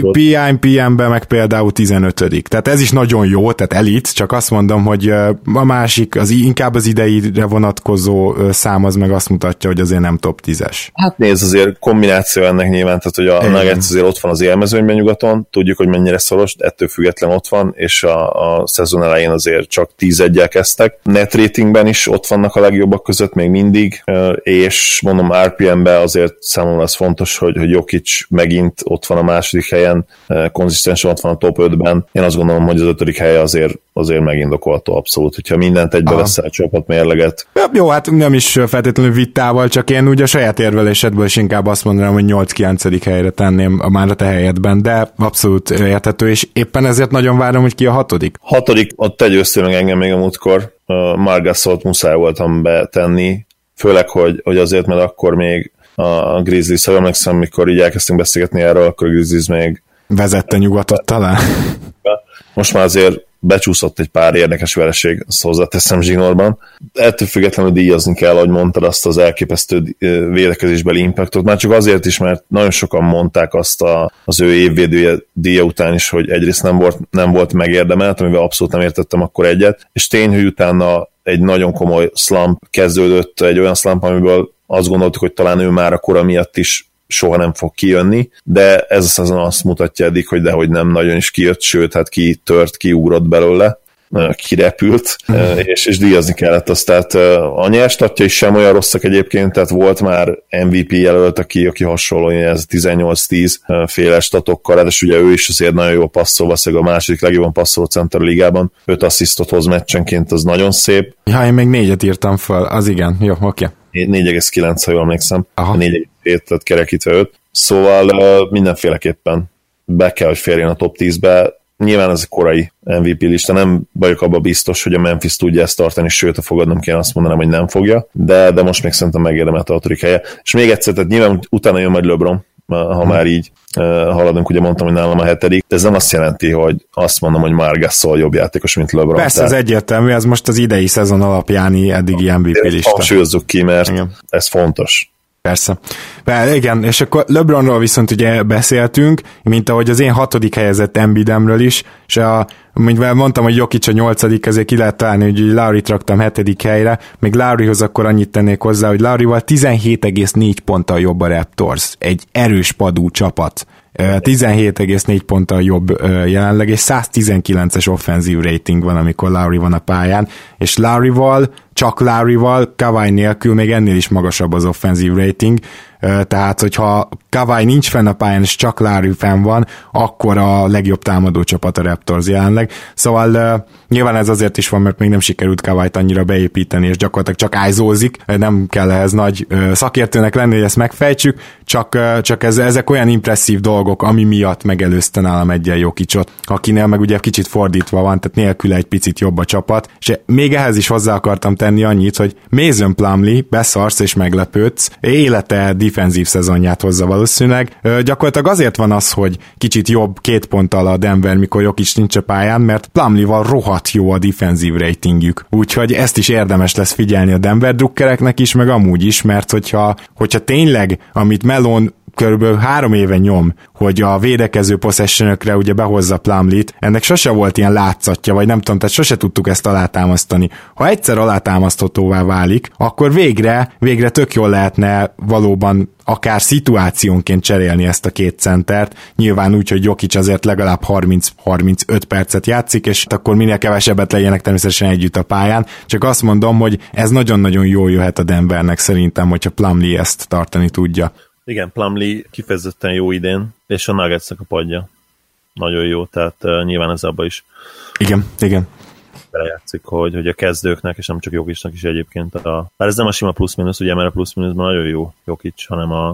PIM-ben meg például 15. Tehát ez is nagyon jó, tehát elit, csak azt mondom, hogy a másik, inkább az ideire vonatkozó szám az meg azt mutatja, hogy azért nem top 10-es. Hát nézd, azért kombináció ennek nyilván, tehát hogy a Nuggets azért ott van az élmezőnyben nyugaton, tudjuk, hogy mennyire szoros, de ettől független ott van, és a szezon elején azért csak 10-1-jel kezdtek. Net ratingben is ott vannak a legjobbak között még mindig, és mondom RPM-ben azért számomra az fontos, hogy Jokic megint ott van a második helyen, konzisztensen ott van a top 5-ben. Én azt gondolom, hogy az 5. helye azért megindokolható abszolút, hogyha mindent egybe veszel a csapatmérleget. Jó, hát nem is feltétlenül vitával, csak én ugye a saját érvelésedből is inkább azt mondanám, hogy 8-9. helyre tenném már a te helyedben, de abszolút érthető, és éppen ezért nagyon várom, hogy ki a 6. 6. ott tegyőztél meg engem még a múltkor, Marc Gasolt muszáj voltam betenni, főleg, hogy azért, mert akkor még a Grizzlies, ha emlékszem, mikor így elkezdtünk beszélgetni erről, akkor a Grizzlies még vezette nyugatot talán. Most már azért becsúszott egy pár érdekes vereség, azt hozzáteszem zsinórban. Ettől függetlenül díjazni kell, ahogy mondtad, azt az elképesztő védekezésbeli impactot. Már csak azért is, mert nagyon sokan mondták azt az ő évvédője díja után is, hogy egyrészt nem volt megérdemelt, amivel abszolút nem értettem akkor egyet, és tény, hogy utána egy nagyon komoly slump kezdődött, egy olyan slump, amiből azt gondoltuk, hogy talán ő már a kora miatt is soha nem fog kijönni, de ez a szezon azt mutatja eddig, hogy dehogy nem nagyon is kijött, sőt, hát kitört, kiugrott belőle, kirepült, és díjazni kellett azt. Tehát a nyerstatja is sem olyan rosszak egyébként, tehát volt már MVP jelölt, aki hasonló, ez 18-10 féle statokkal, és ugye ő is azért nagyon jól passzol, valószínűleg a második legjobban passzoló center a ligában, 5 asszisztot hoz meccsenként, az nagyon szép. Ja, én még 4-et írtam fel, az igen, jó, oké. 4,9, ha jól emlékszem, 4,7 lett kerekítve 5. Szóval mindenféleképpen be kell, hogy férjen a top 10-be. Nyilván ez a korai MVP lista, nem vagyok abban biztos, hogy a Memphis tudja ezt tartani, sőt, a fogadnom kéne azt mondanám, hogy nem fogja, de most még szerintem megérdemelt a 6. helye. És még egyszer, tehát nyilván utána jön majd LeBron, ha már így haladunk, ugye mondtam, hogy nálam a 7. De ez nem azt jelenti, hogy azt mondom, hogy Marc Gasol jobb játékos, mint LeBron. Persze, ez egyértelmű, ez most az idei szezon alapjáni eddigi MVP lista. Hangsúlyozzuk ki, mert igen, ez fontos. Persze. Igen, és akkor LeBronról viszont ugye beszéltünk, mint ahogy az én 6. helyezett Embiidemről is, és mivel mondtam, hogy Jokic a 8., ezért ki lehet találni, hogy Lowryt raktam 7. helyre, még Lowryhoz akkor annyit tennék hozzá, hogy Lowryval 17,4 ponttal jobb a Raptors, egy erős padú csapat. 17,4 ponttal jobb jelenleg, és 119-es offenzív rating van, amikor Lowry van a pályán, és csak Lowryval, Kawhi nélkül még ennél is magasabb az offenzív rating, tehát hogyha Kawhi nincs fenn a pályán, és csak Lowry fenn van, akkor a legjobb támadó csapat a Raptors jelenleg. Szóval nyilván ez azért is van, mert még nem sikerült Kawhit annyira beépíteni, és gyakorlatilag csak ájzózik, nem kell ehhez nagy szakértőnek lenni, hogy ezt megfejtsük, csak ezek olyan impresszív dolgok, ami miatt megelőzte nálam egyen Jokicot, akinél meg ugye kicsit fordítva van, tehát nélküle egy picit jobb a csapat, és még ehhez is hozzá akartam tenni annyit, hogy Mason Plumlee, beszarsz és meglepődsz, élete defenzív szezonját hozza valószínűleg. Gyakorlatilag azért van az, hogy kicsit jobb 2 ponttal a Denver, mikor Jokic nincs a pályán, mert Plumlee-val rohadt jó a defenzív ratingjük. Úgyhogy ezt is érdemes lesz figyelni a Denver drukkereknek is, meg amúgy is, mert hogyha tényleg, amit Melon körülbelül 3 éve nyom, hogy a védekező possessionökre ugye behozza Plumlee-t, ennek sose volt ilyen látszatja, vagy nem tudom, tehát sose tudtuk ezt alátámasztani. Ha egyszer alátámaszthatóvá válik, akkor végre tök jól lehetne valóban akár szituációnként cserélni ezt a 2 centert, nyilván úgy, hogy Jokic azért legalább 30-35 percet játszik, és akkor minél kevesebbet legyenek természetesen együtt a pályán, csak azt mondom, hogy ez nagyon-nagyon jól jöhet a Denvernek szerintem, hogyha Plumlee ezt tartani tudja. Igen, Plumlee kifejezetten jó idén, és a Nuggetsnek a padja nagyon jó, tehát nyilván ez abban is igen. belejátszik, hogy a kezdőknek, és nem csak Jokicnak is egyébként bár ez nem a sima plusz-minusz, ugye, mert a plusz-minuszban nagyon jó Jokic, hanem a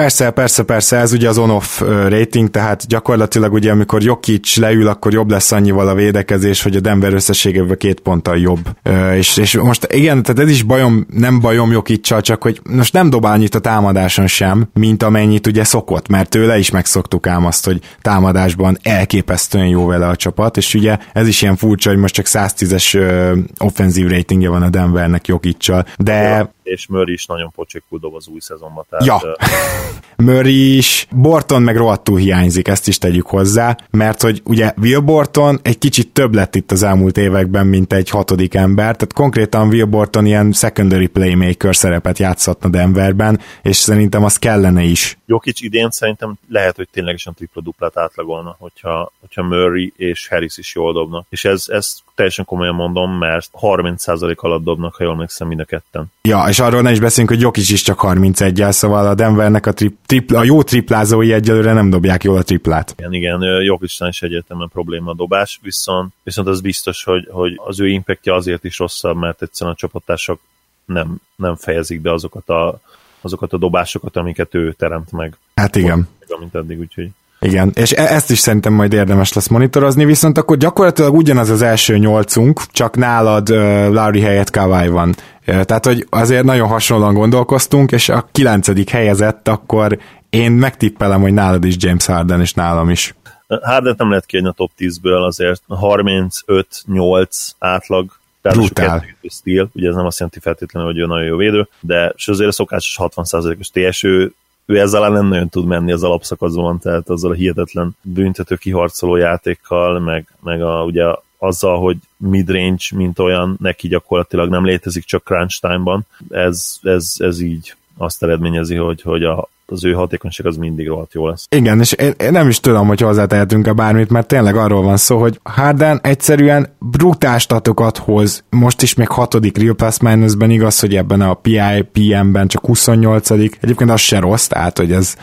Persze, ez ugye az on-off rating, tehát gyakorlatilag ugye amikor Jokic leül, akkor jobb lesz annyival a védekezés, hogy a Denver összességében 2 ponttal jobb. És most igen, tehát ez is nem bajom Jokic-sal, csak hogy most nem dob annyit a támadáson sem, mint amennyit ugye szokott, mert tőle is megszoktuk ám azt, hogy támadásban elképesztően jó vele a csapat, és ugye ez is ilyen furcsa, hogy most csak 110-es offenzív ratingje van a Denvernek Jokic-sal, de és Murray is nagyon pocsékul dob az új szezonban. Ja, Murray is, Borton meg rohadtul hiányzik, ezt is tegyük hozzá, mert hogy ugye Will Borton egy kicsit több lett itt az elmúlt években, mint egy hatodik ember, tehát konkrétan Will Borton ilyen secondary playmaker szerepet játszhatna Denverben, és szerintem az kellene is. Jokic idén szerintem lehet, hogy ténylegesen tripla-duplát átlagolna, hogyha Murray és Harris is jól dobnak. És ez teljesen komolyan mondom, mert 30% alatt dobnak, ha jól emlékszem, mind a ketten. Ja, és arról ne is beszélünk, hogy Jokic is csak 31-jel, szóval a Denvernek a jó triplázói egyelőre nem dobják jól a triplát. Igen, Jokicnál is egyértelműen probléma a dobás, viszont az biztos, hogy az ő impactja azért is rosszabb, mert egyszerűen a csapattársak nem fejezik be azokat a dobásokat, amiket ő teremt meg. Hát igen. Mint eddig, úgyhogy... Igen, és ezt is szerintem majd érdemes lesz monitorozni, viszont akkor gyakorlatilag ugyanaz az első 8-unk, csak nálad Lowry helyett Kawhi van. Tehát, hogy azért nagyon hasonlóan gondolkoztunk, és a 9. helyezett, akkor én megtippelem, hogy nálad is James Harden, és nálam is. Hardent nem lehet kiadni a top 10-ből, azért 35-8 átlag, brutál. Stíl, ugye ez nem azt jelenti feltétlenül, hogy ő nagyon jó védő, de és azért a szokásos 60%-os TS, ő ezzel nem nagyon tud menni az alapszakaszban, tehát azzal a hihetetlen büntető kiharcoló játékkal, meg ugye azzal, hogy midrange, mint olyan, neki gyakorlatilag nem létezik, csak crunch time-ban. Ez így azt eredményezi, hogy az ő hatékonyság az mindig rohadt jó lesz. Igen, és én nem is tudom, hogy hozzátehetünk-e bármit, mert tényleg arról van szó, hogy Harden egyszerűen brutál statokat hoz. Most is még 6. Real Plus Minusben, igaz, hogy ebben a PIPM-ben csak 28. Egyébként az se rossz, tehát, hogy ez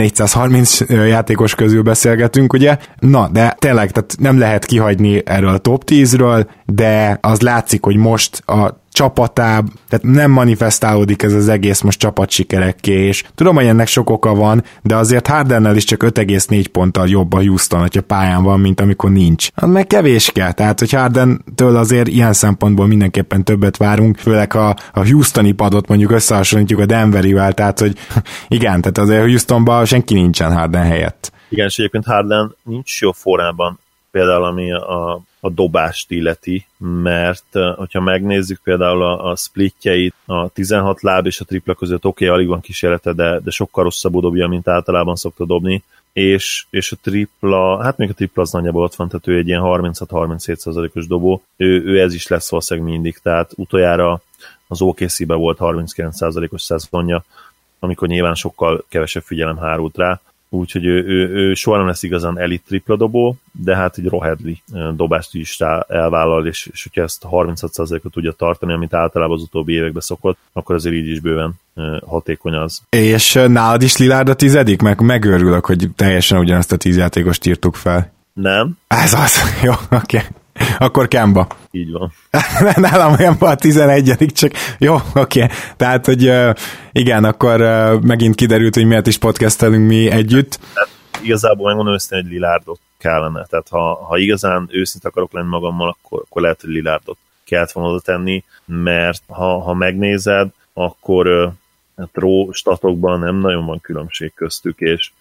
430 játékos közül beszélgetünk, ugye? Na, de tényleg, tehát nem lehet kihagyni erről a top 10-ről, de az látszik, hogy most a csapatáb, tehát nem manifestálódik ez az egész most csapatsikerekké, és tudom, hogy ennek sok oka van, de azért Hardennel is csak 5,4 ponttal jobb a Houston, hogyha pályán van, mint amikor nincs. Az meg kevéske, tehát hogy Hardentől azért ilyen szempontból mindenképpen többet várunk, főleg ha a Houstoni padot mondjuk összehasonlítjuk a Denverivel, tehát hogy igen, tehát azért Houstonban senki nincsen Harden helyett. Igen, és egyébként Harden nincs jó formában, például ami a dobást illeti, mert hogyha megnézzük például a splitjeit, a 16 láb és a tripla között alig van kísérlete, de sokkal rosszabbul dobja, mint általában szokta dobni, és a tripla, hát még a tripla az nagyjából ott van, tehát ő egy ilyen 36-37%-os dobó, ő ez is lesz valószínűleg mindig, tehát utoljára az OKC-ben volt 39%-os szezonja, amikor nyilván sokkal kevesebb figyelem hárult rá, úgyhogy ő soha nem lesz igazán elit tripla dobó, de hát egy rohedli dobást is elvállal, és hogyha ezt 36%-ot tudja tartani, amit általában az utóbbi években szokott, akkor azért így is bőven hatékony az. És nálad is Lillard a 10., meg megőrülök, hogy teljesen ugyanazt a 10 játékost írtuk fel. Nem. Ez az, jó, oké. Okay. Akkor Kemba. Így van. Nálam olyan a 11. csak jó, oké. Tehát, hogy igen, akkor megint kiderült, hogy miért is podcastelünk mi együtt. Tehát igazából megmondom őszintén, hogy Lillardot kellene. Tehát ha igazán őszinte akarok lenni magammal, akkor lehet, hogy Lillardot kellett volna oda tenni, mert ha megnézed, akkor raw statokban nem nagyon van különbség köztük, és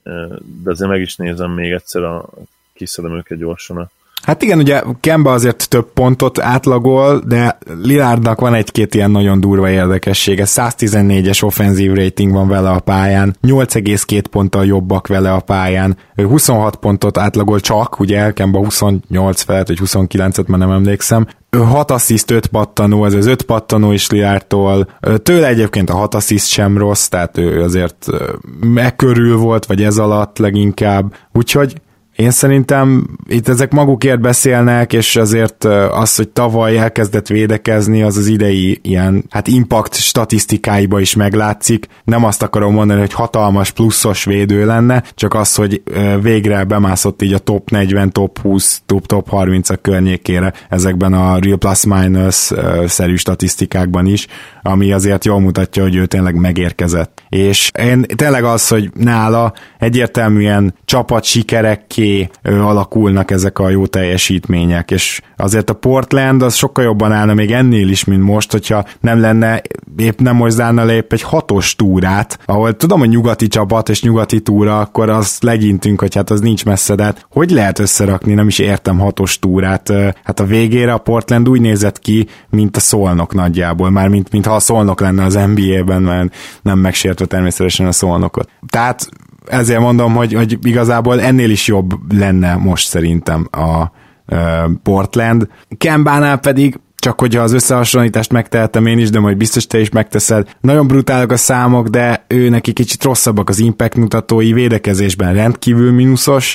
de azért meg is nézem még egyszer, kiszedem őket gyorsan. Hát igen, ugye Kemba azért több pontot átlagol, de Lillardnak van egy-két ilyen nagyon durva érdekessége. 114-es offenzív rating van vele a pályán, 8,2 ponttal jobbak vele a pályán, 26 pontot átlagol csak, ugye Kemba 28 felett, vagy 29-et, már nem emlékszem. 6 assziszt, 5 pattanó, ez az 5 pattanó is Lillardtól. Tőle egyébként a 6 assziszt sem rossz, tehát ő azért körül volt, vagy ez alatt leginkább. Úgyhogy én szerintem itt ezek magukért beszélnek, és azért az, hogy tavaly elkezdett védekezni, az idei ilyen, hát impact statisztikáiba is meglátszik. Nem azt akarom mondani, hogy hatalmas pluszos védő lenne, csak az, hogy végre bemászott így a top 40, top 20, top 30 környékére ezekben a Real Plus Minus szerű statisztikákban is, ami azért jól mutatja, hogy ő tényleg megérkezett. És én tényleg az, hogy nála egyértelműen csapat sikerekké felé alakulnak ezek a jó teljesítmények, és azért a Portland az sokkal jobban állna még ennél is, mint most, hogyha nem lenne, épp nem most zárna le épp egy 6-os túrát, ahol tudom, hogy nyugati csapat és nyugati túra, akkor azt legyintünk, hogy hát az nincs messze, de hát hogy lehet összerakni, nem is értem 6-os túrát. Hát a végére a Portland úgy nézett ki, mint a Szolnok nagyjából, már mintha a Szolnok lenne az NBA-ben, mert nem megsértve természetesen a Szolnokot. Tehát ezért mondom, hogy igazából ennél is jobb lenne most szerintem a Portland. Kembánál pedig, csak hogyha az összehasonlítást megtehetem én is, de majd biztos te is megteszed. Nagyon brutálak a számok, de ő neki kicsit rosszabbak az impact mutatói, védekezésben rendkívül mínuszos,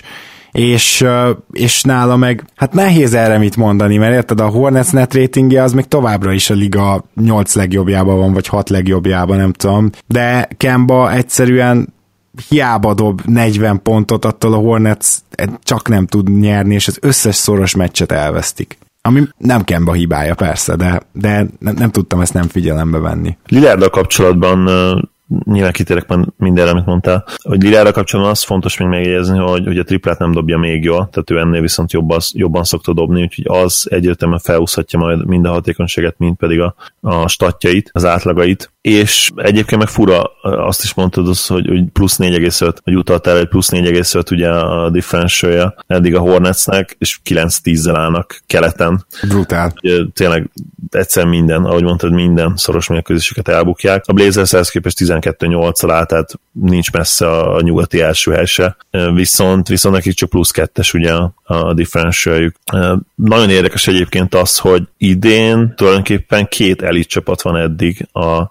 és nála meg, hát nehéz erre mit mondani, mert érted, a Hornets net ratingje az még továbbra is a liga 8 legjobbjában van, vagy 6 legjobbjában, nem tudom, de Kemba egyszerűen hiába dob 40 pontot, attól a Hornets csak nem tud nyerni, és az összes szoros meccset elvesztik. Ami nem Kemba hibája persze, de nem tudtam ezt nem figyelembe venni. Lillarddal kapcsolatban nyilván kitérek már mindenre, amit mondtál, hogy Lillarddal kapcsolatban az fontos még megjegyezni, hogy a triplát nem dobja még jól, tehát ő ennél viszont jobban szokta dobni, úgyhogy az egyértelműen felúszhatja majd mind a hatékonyságet, mind pedig a statjait, az átlagait, és egyébként meg fura, azt is mondtad, hogy plusz 4,5, hogy utaltál egy plusz 4,5 ugye a differentialja eddig a Hornetsnek, és 9-10-zel állnak keleten. Brutál. Tényleg egyszer minden, ahogy mondtad, minden szoros mérkőzéseket elbukják. A Blazers képest 12-8-al áll, tehát nincs messze a nyugati első hely se. Viszont nekik csak plusz 2-es ugye a differentialjuk. Nagyon érdekes egyébként az, hogy idén tulajdonképpen 2 elit csapat van eddig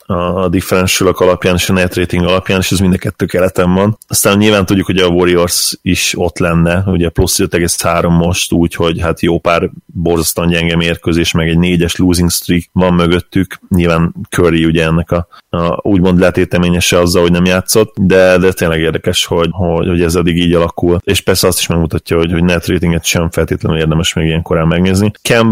a differentialok alapján és a net rating alapján, és ez mind a 2 keleten van. Aztán nyilván tudjuk, hogy a Warriors is ott lenne, ugye plusz 5,3 most, úgyhogy hát jó pár borzasztóan gyenge mérkőzés, meg egy 4-es losing streak van mögöttük. Nyilván Curry ugye ennek a úgymond letéteményese azzal, hogy nem játszott, de tényleg érdekes, hogy ez eddig így alakul. És persze azt is megmutatja, hogy net ratinget sem feltétlenül érdemes még ilyen korán megnézni.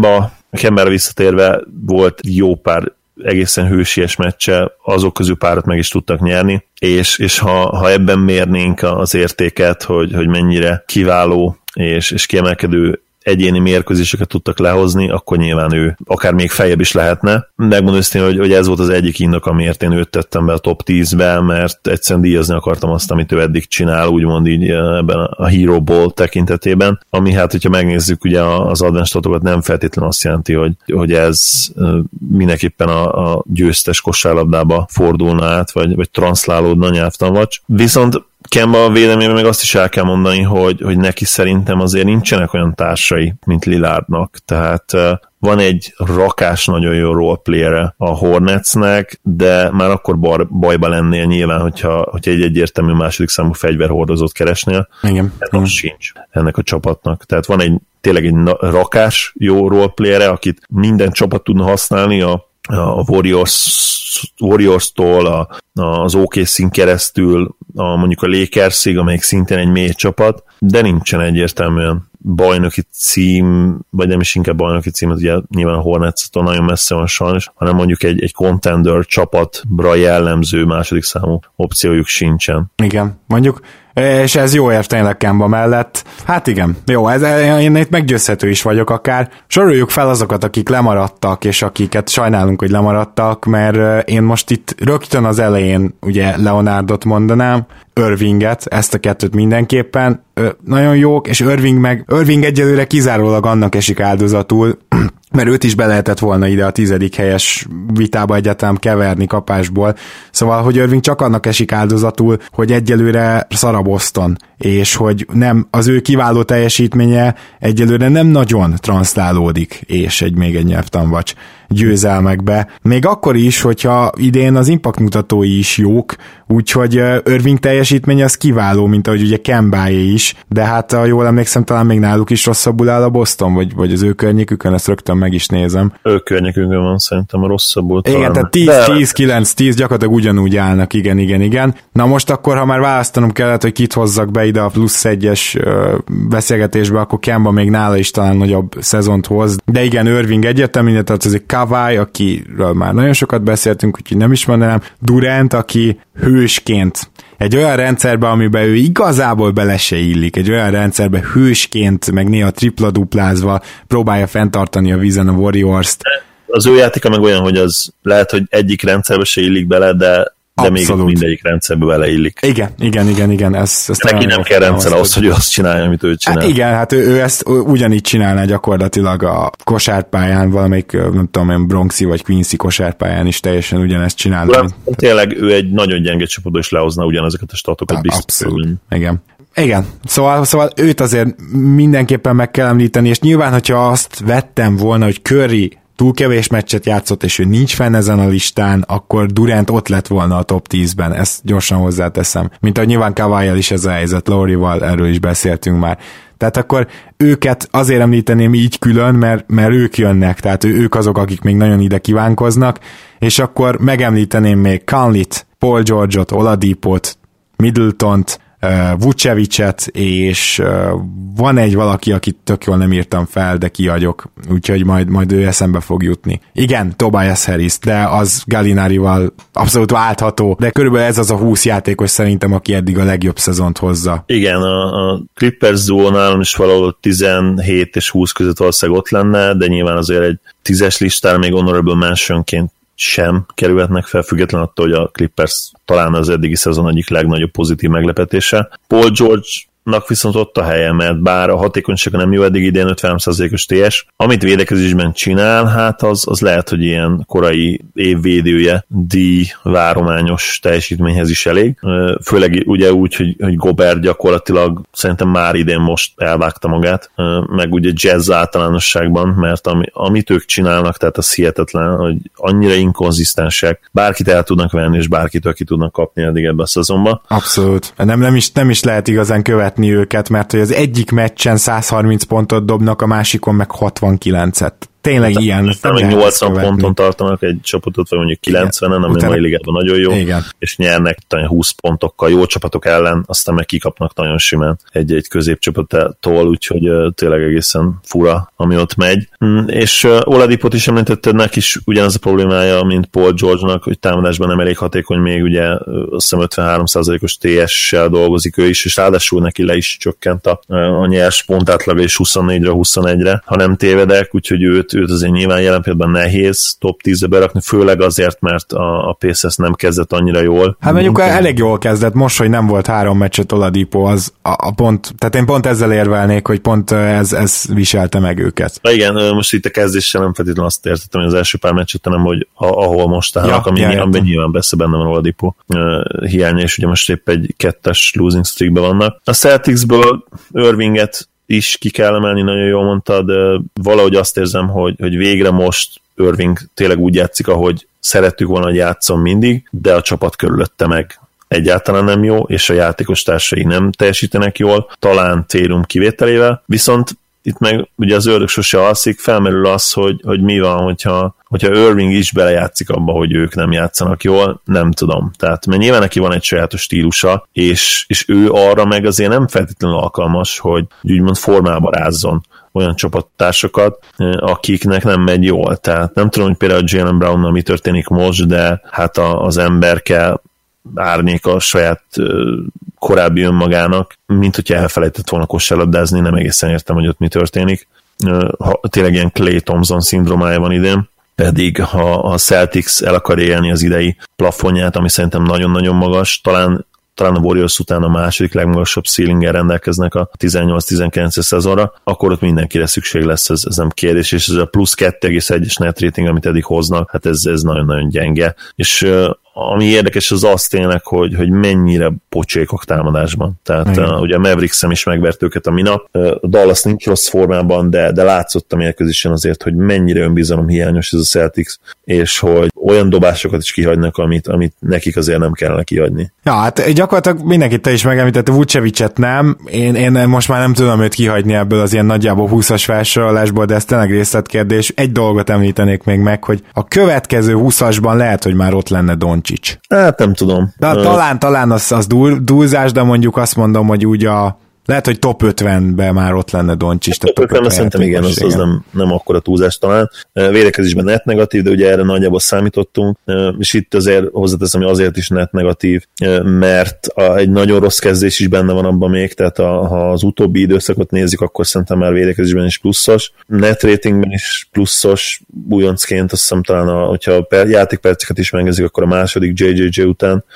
Kemba visszatérve volt jó pár egészen hősies meccse, azok közül párat meg is tudtak nyerni, és ha ebben mérnénk az értéket, hogy mennyire kiváló és kiemelkedő egyéni mérkőzéseket tudtak lehozni, akkor nyilván ő akár még feljebb is lehetne. Megmondom őszintén, hogy ez volt az egyik indok, amiért én őt tettem be a top 10-be, mert egyszerűen díjazni akartam azt, amit ő eddig csinál, úgymond így ebben a Hero Ball tekintetében, ami hát, hogyha megnézzük ugye az advanced statokat, nem feltétlenül azt jelenti, hogy ez mindenképpen a győztes kosárlabdába fordulna át, vagy transzlálódna nyelvtanvacs. Viszont Kemba védelmében meg azt is el kell mondani, hogy neki szerintem azért nincsenek olyan társai, mint Lillardnak. Tehát van egy rakás nagyon jó roleplayere a Hornetsnek, de már akkor bajba lennél nyilván, hogyha egy egyértelmű második számú fegyverhordozót keresnél. Igen. Ez sincs ennek a csapatnak. Tehát van tényleg egy rakás jó roleplayere, akit minden csapat tudna használni, a Warriors-tól az OKC-n keresztül mondjuk a Lakersig, amelyik szintén egy mély csapat, de nincsen egyértelműen bajnoki cím, vagy nem is inkább bajnoki cím, az ugye nyilván a Hornets-tól nagyon messze van sajnos, hanem mondjuk egy contender csapatra jellemző második számú opciójuk sincsen. Igen, mondjuk, és ez jó ér tényleg Kemba mellett. Hát igen, jó, én itt meggyőzhető is vagyok akár. Soroljuk fel azokat, akik lemaradtak, és akiket sajnálunk, hogy lemaradtak, mert én most itt rögtön az elején ugye Leonardot mondanám, Irvinget, ezt a kettőt mindenképpen, nagyon jók, és Irving egyelőre kizárólag annak esik áldozatul, mert őt is be lehetett volna ide a 10. helyes vitába egyáltalán keverni kapásból. Szóval, hogy Irving csak annak esik áldozatul, hogy egyelőre szar a Boston, és hogy nem, az ő kiváló teljesítménye egyelőre nem nagyon transzlálódik, és még egy nyelvtanvacs győzelmekbe. Még akkor is, hogyha idén az impact mutatói is jók, úgyhogy Irving teljesítménye az kiváló, mint ahogy ugye Kembáé is, de hát ha jól emlékszem, talán még náluk is rosszabbul áll a Boston, vagy az ő környékükön, ezt rögtön meg is nézem. Ő környékükön van szerintem a rosszabbul. Igen, tehát 10-9-10 gyakorlatilag ugyanúgy állnak, igen. Na most akkor, ha már választanom kellett, hogy kit hozzak be ide a plusz 1-es beszélgetésbe, akkor Kemba még nála is talán nagyobb szezont hoz. De igen, Irving egyértelmű, tehát ez egy Kawhi, akiről már nagyon sokat beszéltünk, úgyhogy nem is mondanám. Durant, aki hősként egy olyan rendszerbe, amiben ő igazából bele se illik, egy olyan rendszerbe hősként, meg néha tripla-duplázva próbálja fenntartani a vízen a Warriors-t. Az ő játéka meg olyan, hogy az lehet, hogy egyik rendszerbe se illik bele, de még mindegyik rendszerbe beleillik. Igen. Ezt neki nem kell rendszer ahhoz, hogy azt csinálja, amit ő csinál. Hát igen, hát ő ezt ugyanígy csinálná gyakorlatilag a kosárpályán, valamelyik, nem tudom, Bronxi vagy Quincy kosárpályán is teljesen ugyanezt csinálna. Tényleg ő egy nagyon gyenge csapatból is lehozna ugyanezeket a statokat biztos. Abszolút, igen. Szóval őt azért mindenképpen meg kell említeni, és nyilván, hogyha azt vettem volna, hogy Curry túl kevés meccset játszott, és ő nincs fenn ezen a listán, akkor Durant ott lett volna a top 10-ben, ezt gyorsan hozzáteszem. Mint ahogy nyilván Kawhi-jal is ez a helyzet, Laurival erről is beszéltünk már. Tehát akkor őket azért említeném így külön, mert ők jönnek, tehát ők azok, akik még nagyon ide kívánkoznak, és akkor megemlíteném még Conley-t, Paul George-ot, Oladipot, Middletont, Vucevicet, és van egy valaki, akit tök jól nem írtam fel, de kiagyok, úgyhogy majd ő eszembe fog jutni. Igen, Tobias Harris, de az Gallinarival abszolút váltható, de körülbelül ez az a 20 játékos szerintem, aki eddig a legjobb szezont hozza. Igen, a Clippers duónál is valahol 17 és 20 között valószínűleg ott lenne, de nyilván azért egy 10-es listára még honorable mentionként sem kerülhetnek fel, független attól, hogy a Clippers talán az eddigi szezon egyik legnagyobb pozitív meglepetése. Paul George-nak viszont ott a helye, mert bár a hatékonysága nem jó eddig idén 50%-os TS, amit védekezésben csinál, hát az lehet, hogy ilyen korai évvédője várományos teljesítményhez is elég. Főleg ugye úgy, hogy Gobert gyakorlatilag szerintem már idén most elvágta magát, meg ugye Jazz általánosságban, mert amit ők csinálnak, tehát az hihetetlen, hogy annyira inkonzisztensek, bárkit el tudnak venni, és bárkitől ki tudnak kapni eddig ebbe a szezonba. Abszolút. Nem is lehet igazán követni őket, mert hogy az egyik meccsen 130 pontot dobnak, a másikon meg 69-et. Tényleg hát, ilyen. Nem még 80 ponton tartanak egy csapatot, vagy mondjuk 90-en, ami mai ligában nagyon jó, igen. És nyernek 20 pontokkal jó csapatok ellen, aztán meg kikapnak nagyon simán egy középcsapattól, úgyhogy tényleg egészen fura, ami ott megy. És Oladipot is említetted, neki is ugyanaz a problémája, mint Paul George-nak, hogy támadásban nem elég hatékony, még ugye azt hiszem 53%-os TS-sel dolgozik ő is, és ráadásul neki le is csökkent a nyers pontátlaga is 24-re 21-re, ha nem tévedek, úgyhogy őt azért nyilván jelen pillanatban nehéz top 10-be berakni, főleg azért, mert a Pacers nem kezdett annyira jól. Hát mondjuk elég jól kezdett, most, hogy nem volt 3 meccset Oladipo, az a pont, tehát én pont ezzel érvelnék, hogy pont ez viselte meg őket. Igen, most itt a kezdéssel nem feltétlenül azt értettem, hogy az első pár meccset, hanem hogy ahol most állnak, amiben nyilván benne van Oladipo hiánya, és ugye most épp egy 2-es losing streakben vannak. A Celticsből Irvinget is ki kell emelni, nagyon jól mondtad, de valahogy azt érzem, hogy végre most Irving tényleg úgy játszik, ahogy szerettük volna, hogy játszom mindig, de a csapat körülötte meg egyáltalán nem jó, és a játékos társai nem teljesítenek jól, talán Tatum kivételével, viszont itt meg ugye az ördög sose alszik, felmerül az, hogy mi van, hogyha Irving is belejátszik abba, hogy ők nem játszanak jól, nem tudom. Tehát, mert nyilván neki van egy sajátos stílusa, és ő arra meg azért nem feltétlenül alkalmas, hogy úgymond formába rázzon olyan csapattársakat, akiknek nem megy jól. Tehát nem tudom, hogy például Jaylen Brownnal mi történik most, de hát az ember kell árnyék a saját korábbi önmagának, mint hogyha elfelejtett volna kosárlabdázni, nem egészen értem, hogy ott mi történik. Tényleg ilyen Klay Thompson szindrómája van idén, pedig ha a Celtics el akar élni az idei plafonját, ami szerintem nagyon-nagyon magas, talán a Warriors után a második legmagasabb ceilingen rendelkeznek a 18-19 szezonra, akkor ott mindenkire szükség lesz, ez nem kérdés, és ez a plusz 2,1-es net rating, amit eddig hoznak, hát ez nagyon-nagyon gyenge. És ami érdekes, az az tényleg, hogy mennyire pocsékok támadásban. Tehát ugye a Mavericks-em is megvert őket a minap. A Dallas nincs rossz formában, de látszott a mérkőzésen azért, hogy mennyire önbizalom hiányos ez a Celtics, és hogy olyan dobásokat is kihagynak, amit nekik azért nem kellene kihagyni. Ja, hát gyakorlatilag mindenkit te is megemlítette, Vucevicet nem. Én most már nem tudom őt kihagyni ebből az ilyen nagyjából 20-as felsorolásból, de ez tényleg részletkérdés. Egy dolgot említenék még meg, hogy a következő 20-asban lehet, hogy már ott lenne Doncic. Hát nem tudom. De talán az túlzás, de mondjuk azt mondom, hogy úgy a Lehet, hogy top 50-ben már ott lenne Doncsics. Top 50-ben szerintem igen, az nem akkora túlzás talán. Védekezésben net negatív, de ugye erre nagyjából számítottunk, és itt azért hozzáteszem, hogy azért is net negatív, mert egy nagyon rossz kezdés is benne van abban még, tehát ha az utóbbi időszakot nézzük, akkor szerintem már védekezésben is pluszos. Net ratingben is pluszos, újoncként azt hiszem talán, hogyha a játékperceket is megnézzük, akkor a második JJJ után,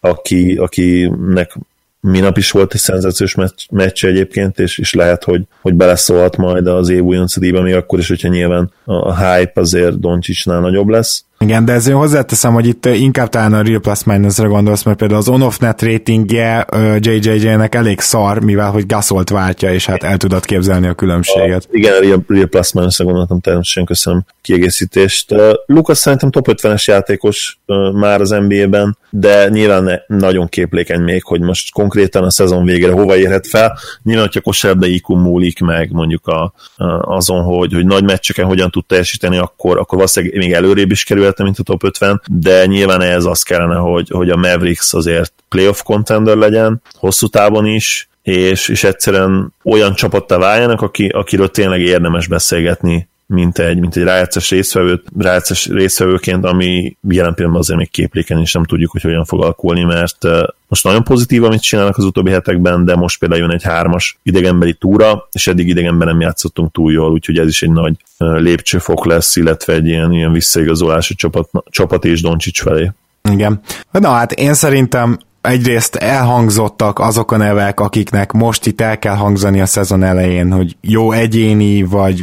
akinek minap is volt egy szenzációs meccs egyébként, és lehet, hogy beleszólhat majd az év újonc díjba, még akkor is, hogyha nyilván a hype azért Doncsicsnál nagyobb lesz. Igen, de ezért hozzáteszem, hogy itt inkább talán a Real Plus Minus-ra gondolsz, mert például az on-off net ratingje JJJ-nek elég szar, mivel hogy Gasolt váltja, és hát el tudod képzelni a különbséget. Igen, a Real Plus Minus-ra gondoltam, természetesen köszönöm kiegészítést. Lucas szerintem top 50-es játékos már az NBA-ben, de nyilván nagyon képlékeny még, hogy most konkrétan a szezon végére hova érhet fel. Nyilván, hogyha kosárlabda IQ múlik meg mondjuk azon, hogy nagy meccseken hogyan tud teljesíteni, akkor valószínűleg még előrébb is kerül, mint a top 50, de nyilván ez az kellene, hogy a Mavericks azért playoff contender legyen, hosszú távon is, és egyszerűen olyan csapattá váljanak, akiről tényleg érdemes beszélgetni, mint egy rájátszás résztvevőként, ami jelen pillanatban azért még képlékeny, és nem tudjuk, hogy hogyan fog alakulni, mert most nagyon pozitív, amit csinálnak az utóbbi hetekben, de most például jön egy 3-as idegenbeli túra, és eddig idegenben nem játszottunk túl jól, úgyhogy ez is egy nagy lépcsőfok lesz, illetve egy ilyen visszaigazolás a csapat és Doncsics felé. Igen. Na hát én szerintem egyrészt elhangzottak azok a nevek, akiknek most itt el kell hangzani a szezon elején, hogy jó egyéni, vagy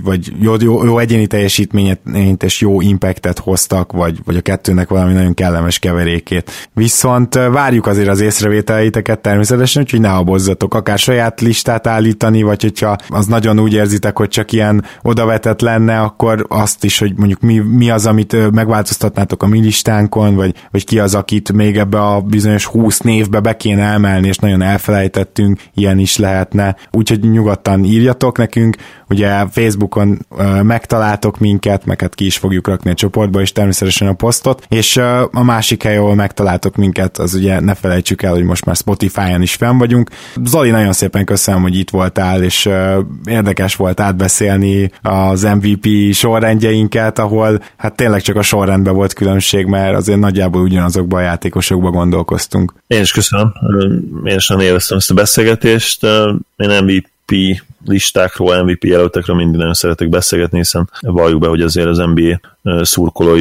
jó egyéni teljesítményt és jó impactet hoztak, vagy a kettőnek valami nagyon kellemes keverékét. Viszont várjuk azért az észrevételeiteket természetesen, úgyhogy ne habozzatok, akár saját listát állítani, vagy hogyha az nagyon úgy érzitek, hogy csak ilyen odavetett lenne, akkor azt is, hogy mondjuk mi az, amit megváltoztatnátok a mi listánkon, vagy ki az, akit még ebbe a bizonyos 20 névbe be kéne emelni, és nagyon elfelejtettünk, ilyen is lehetne. Úgyhogy nyugodtan írjatok nekünk, ugye Facebookon megtaláltok minket, meg hát ki is fogjuk rakni a csoportba, és természetesen a posztot, és a másik hely, ahol megtaláltok minket, az ugye ne felejtsük el, hogy most már Spotify-on is fenn vagyunk. Zoli, nagyon szépen köszönöm, hogy itt voltál, és érdekes volt átbeszélni az MVP sorrendjeinket, ahol hát tényleg csak a sorrendben volt különbség, mert azért nagyjából ugyanazokban a játékosokban gondolkoztunk. Én is köszönöm, én is nagyon élveztem ezt a beszélgetést. Én MVP listákról, MVP jelöltekről mindig nagyon szeretek beszélgetni, hiszen valljuk be, hogy azért az NBA szurkolói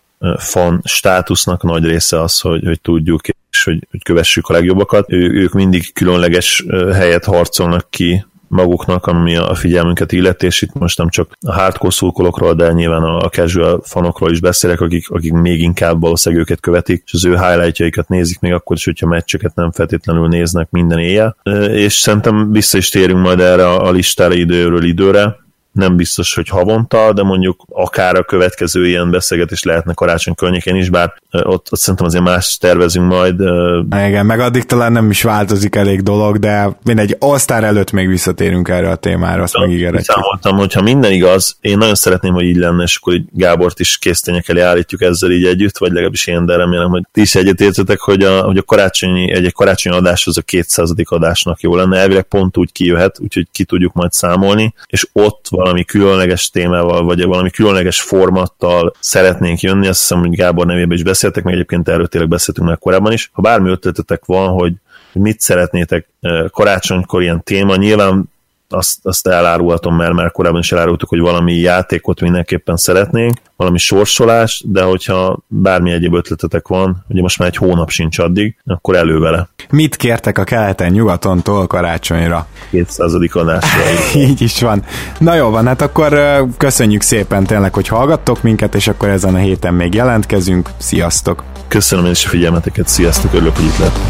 fan státusznak nagy része az, hogy tudjuk, és hogy kövessük a legjobbakat. Ők mindig különleges helyet harcolnak ki maguknak, ami a figyelmünket illeti, és itt most nem csak a hardcore szurkolókról, de nyilván a casual fanokról is beszélek, akik még inkább valószínűleg őket követik, és az ő highlightjaikat nézik még akkor is, hogyha meccseket nem feltétlenül néznek minden éjjel. És szerintem vissza is térünk majd erre a listára időről időre. Nem biztos, hogy havonta, de mondjuk akár a következő ilyen beszélgetés lehetne karácsony környékén is, bár ott szerintem azért más tervezünk majd. Igen, meg addig talán nem is változik elég dolog, de mindegy, All-Star előtt még visszatérünk erre a témára, azt megígéretjük. Számoltam, hogyha minden igaz, én nagyon szeretném, hogy így lenne, és akkor így Gábort is késztények elé állítjuk ezzel így együtt, vagy legalábbis én, de remélem, hogy ti is egyetértetek, hogy a karácsonyi adás az a 200. adásnak jó lenne, elvileg pont úgy kijöhet, úgyhogy ki tudjuk majd számolni, és ott valami különleges témával, vagy valami különleges formattal szeretnénk jönni, azt hiszem, hogy Gábor nevében is beszéltek, meg egyébként erről tényleg beszéltünk meg korábban is. Ha bármi ötletetek van, hogy mit szeretnétek karácsonykor ilyen téma, nyilván azt elárulhatom, mert már korábban is elárultuk, hogy valami játékot mindenképpen szeretnénk, valami sorsolást, de hogyha bármi egyéb ötletetek van, ugye most már egy hónap sincs addig, akkor elő vele. Mit kértek a keleten-nyugatontól karácsonyra? 200. adásra. Így is van. Na jó van, hát akkor köszönjük szépen tényleg, hogy hallgattok minket, és akkor ezen a héten még jelentkezünk. Sziasztok! Köszönöm én is a figyelmeteket, sziasztok, örülök, hogy itt lettem.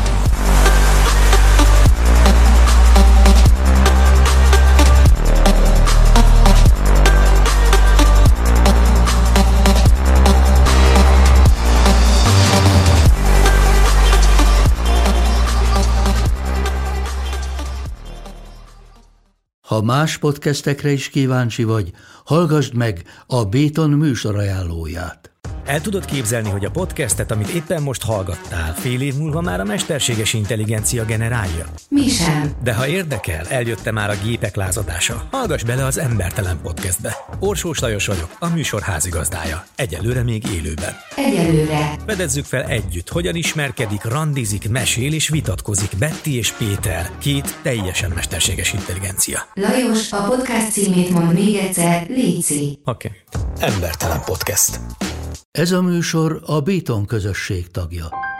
Ha más podcastekre is kíváncsi vagy, hallgassd meg a Béton műsor ajánlóját. El tudod képzelni, hogy a podcastet, amit éppen most hallgattál, fél év múlva már a mesterséges intelligencia generálja? Mi sem. De ha érdekel, eljött már a gépek lázadása. Hallgass bele az Embertelen Podcastbe. Orsós Lajos vagyok, a műsor házigazdája. Egyelőre még élőben. Egyelőre. Fedezzük fel együtt, hogyan ismerkedik, randizik, mesél és vitatkozik Betty és Péter, két teljesen mesterséges intelligencia. Lajos, a podcast címét mond még egyszer, léci. Oké. Embertelen Podcast. Ez a műsor a Béton közösség tagja.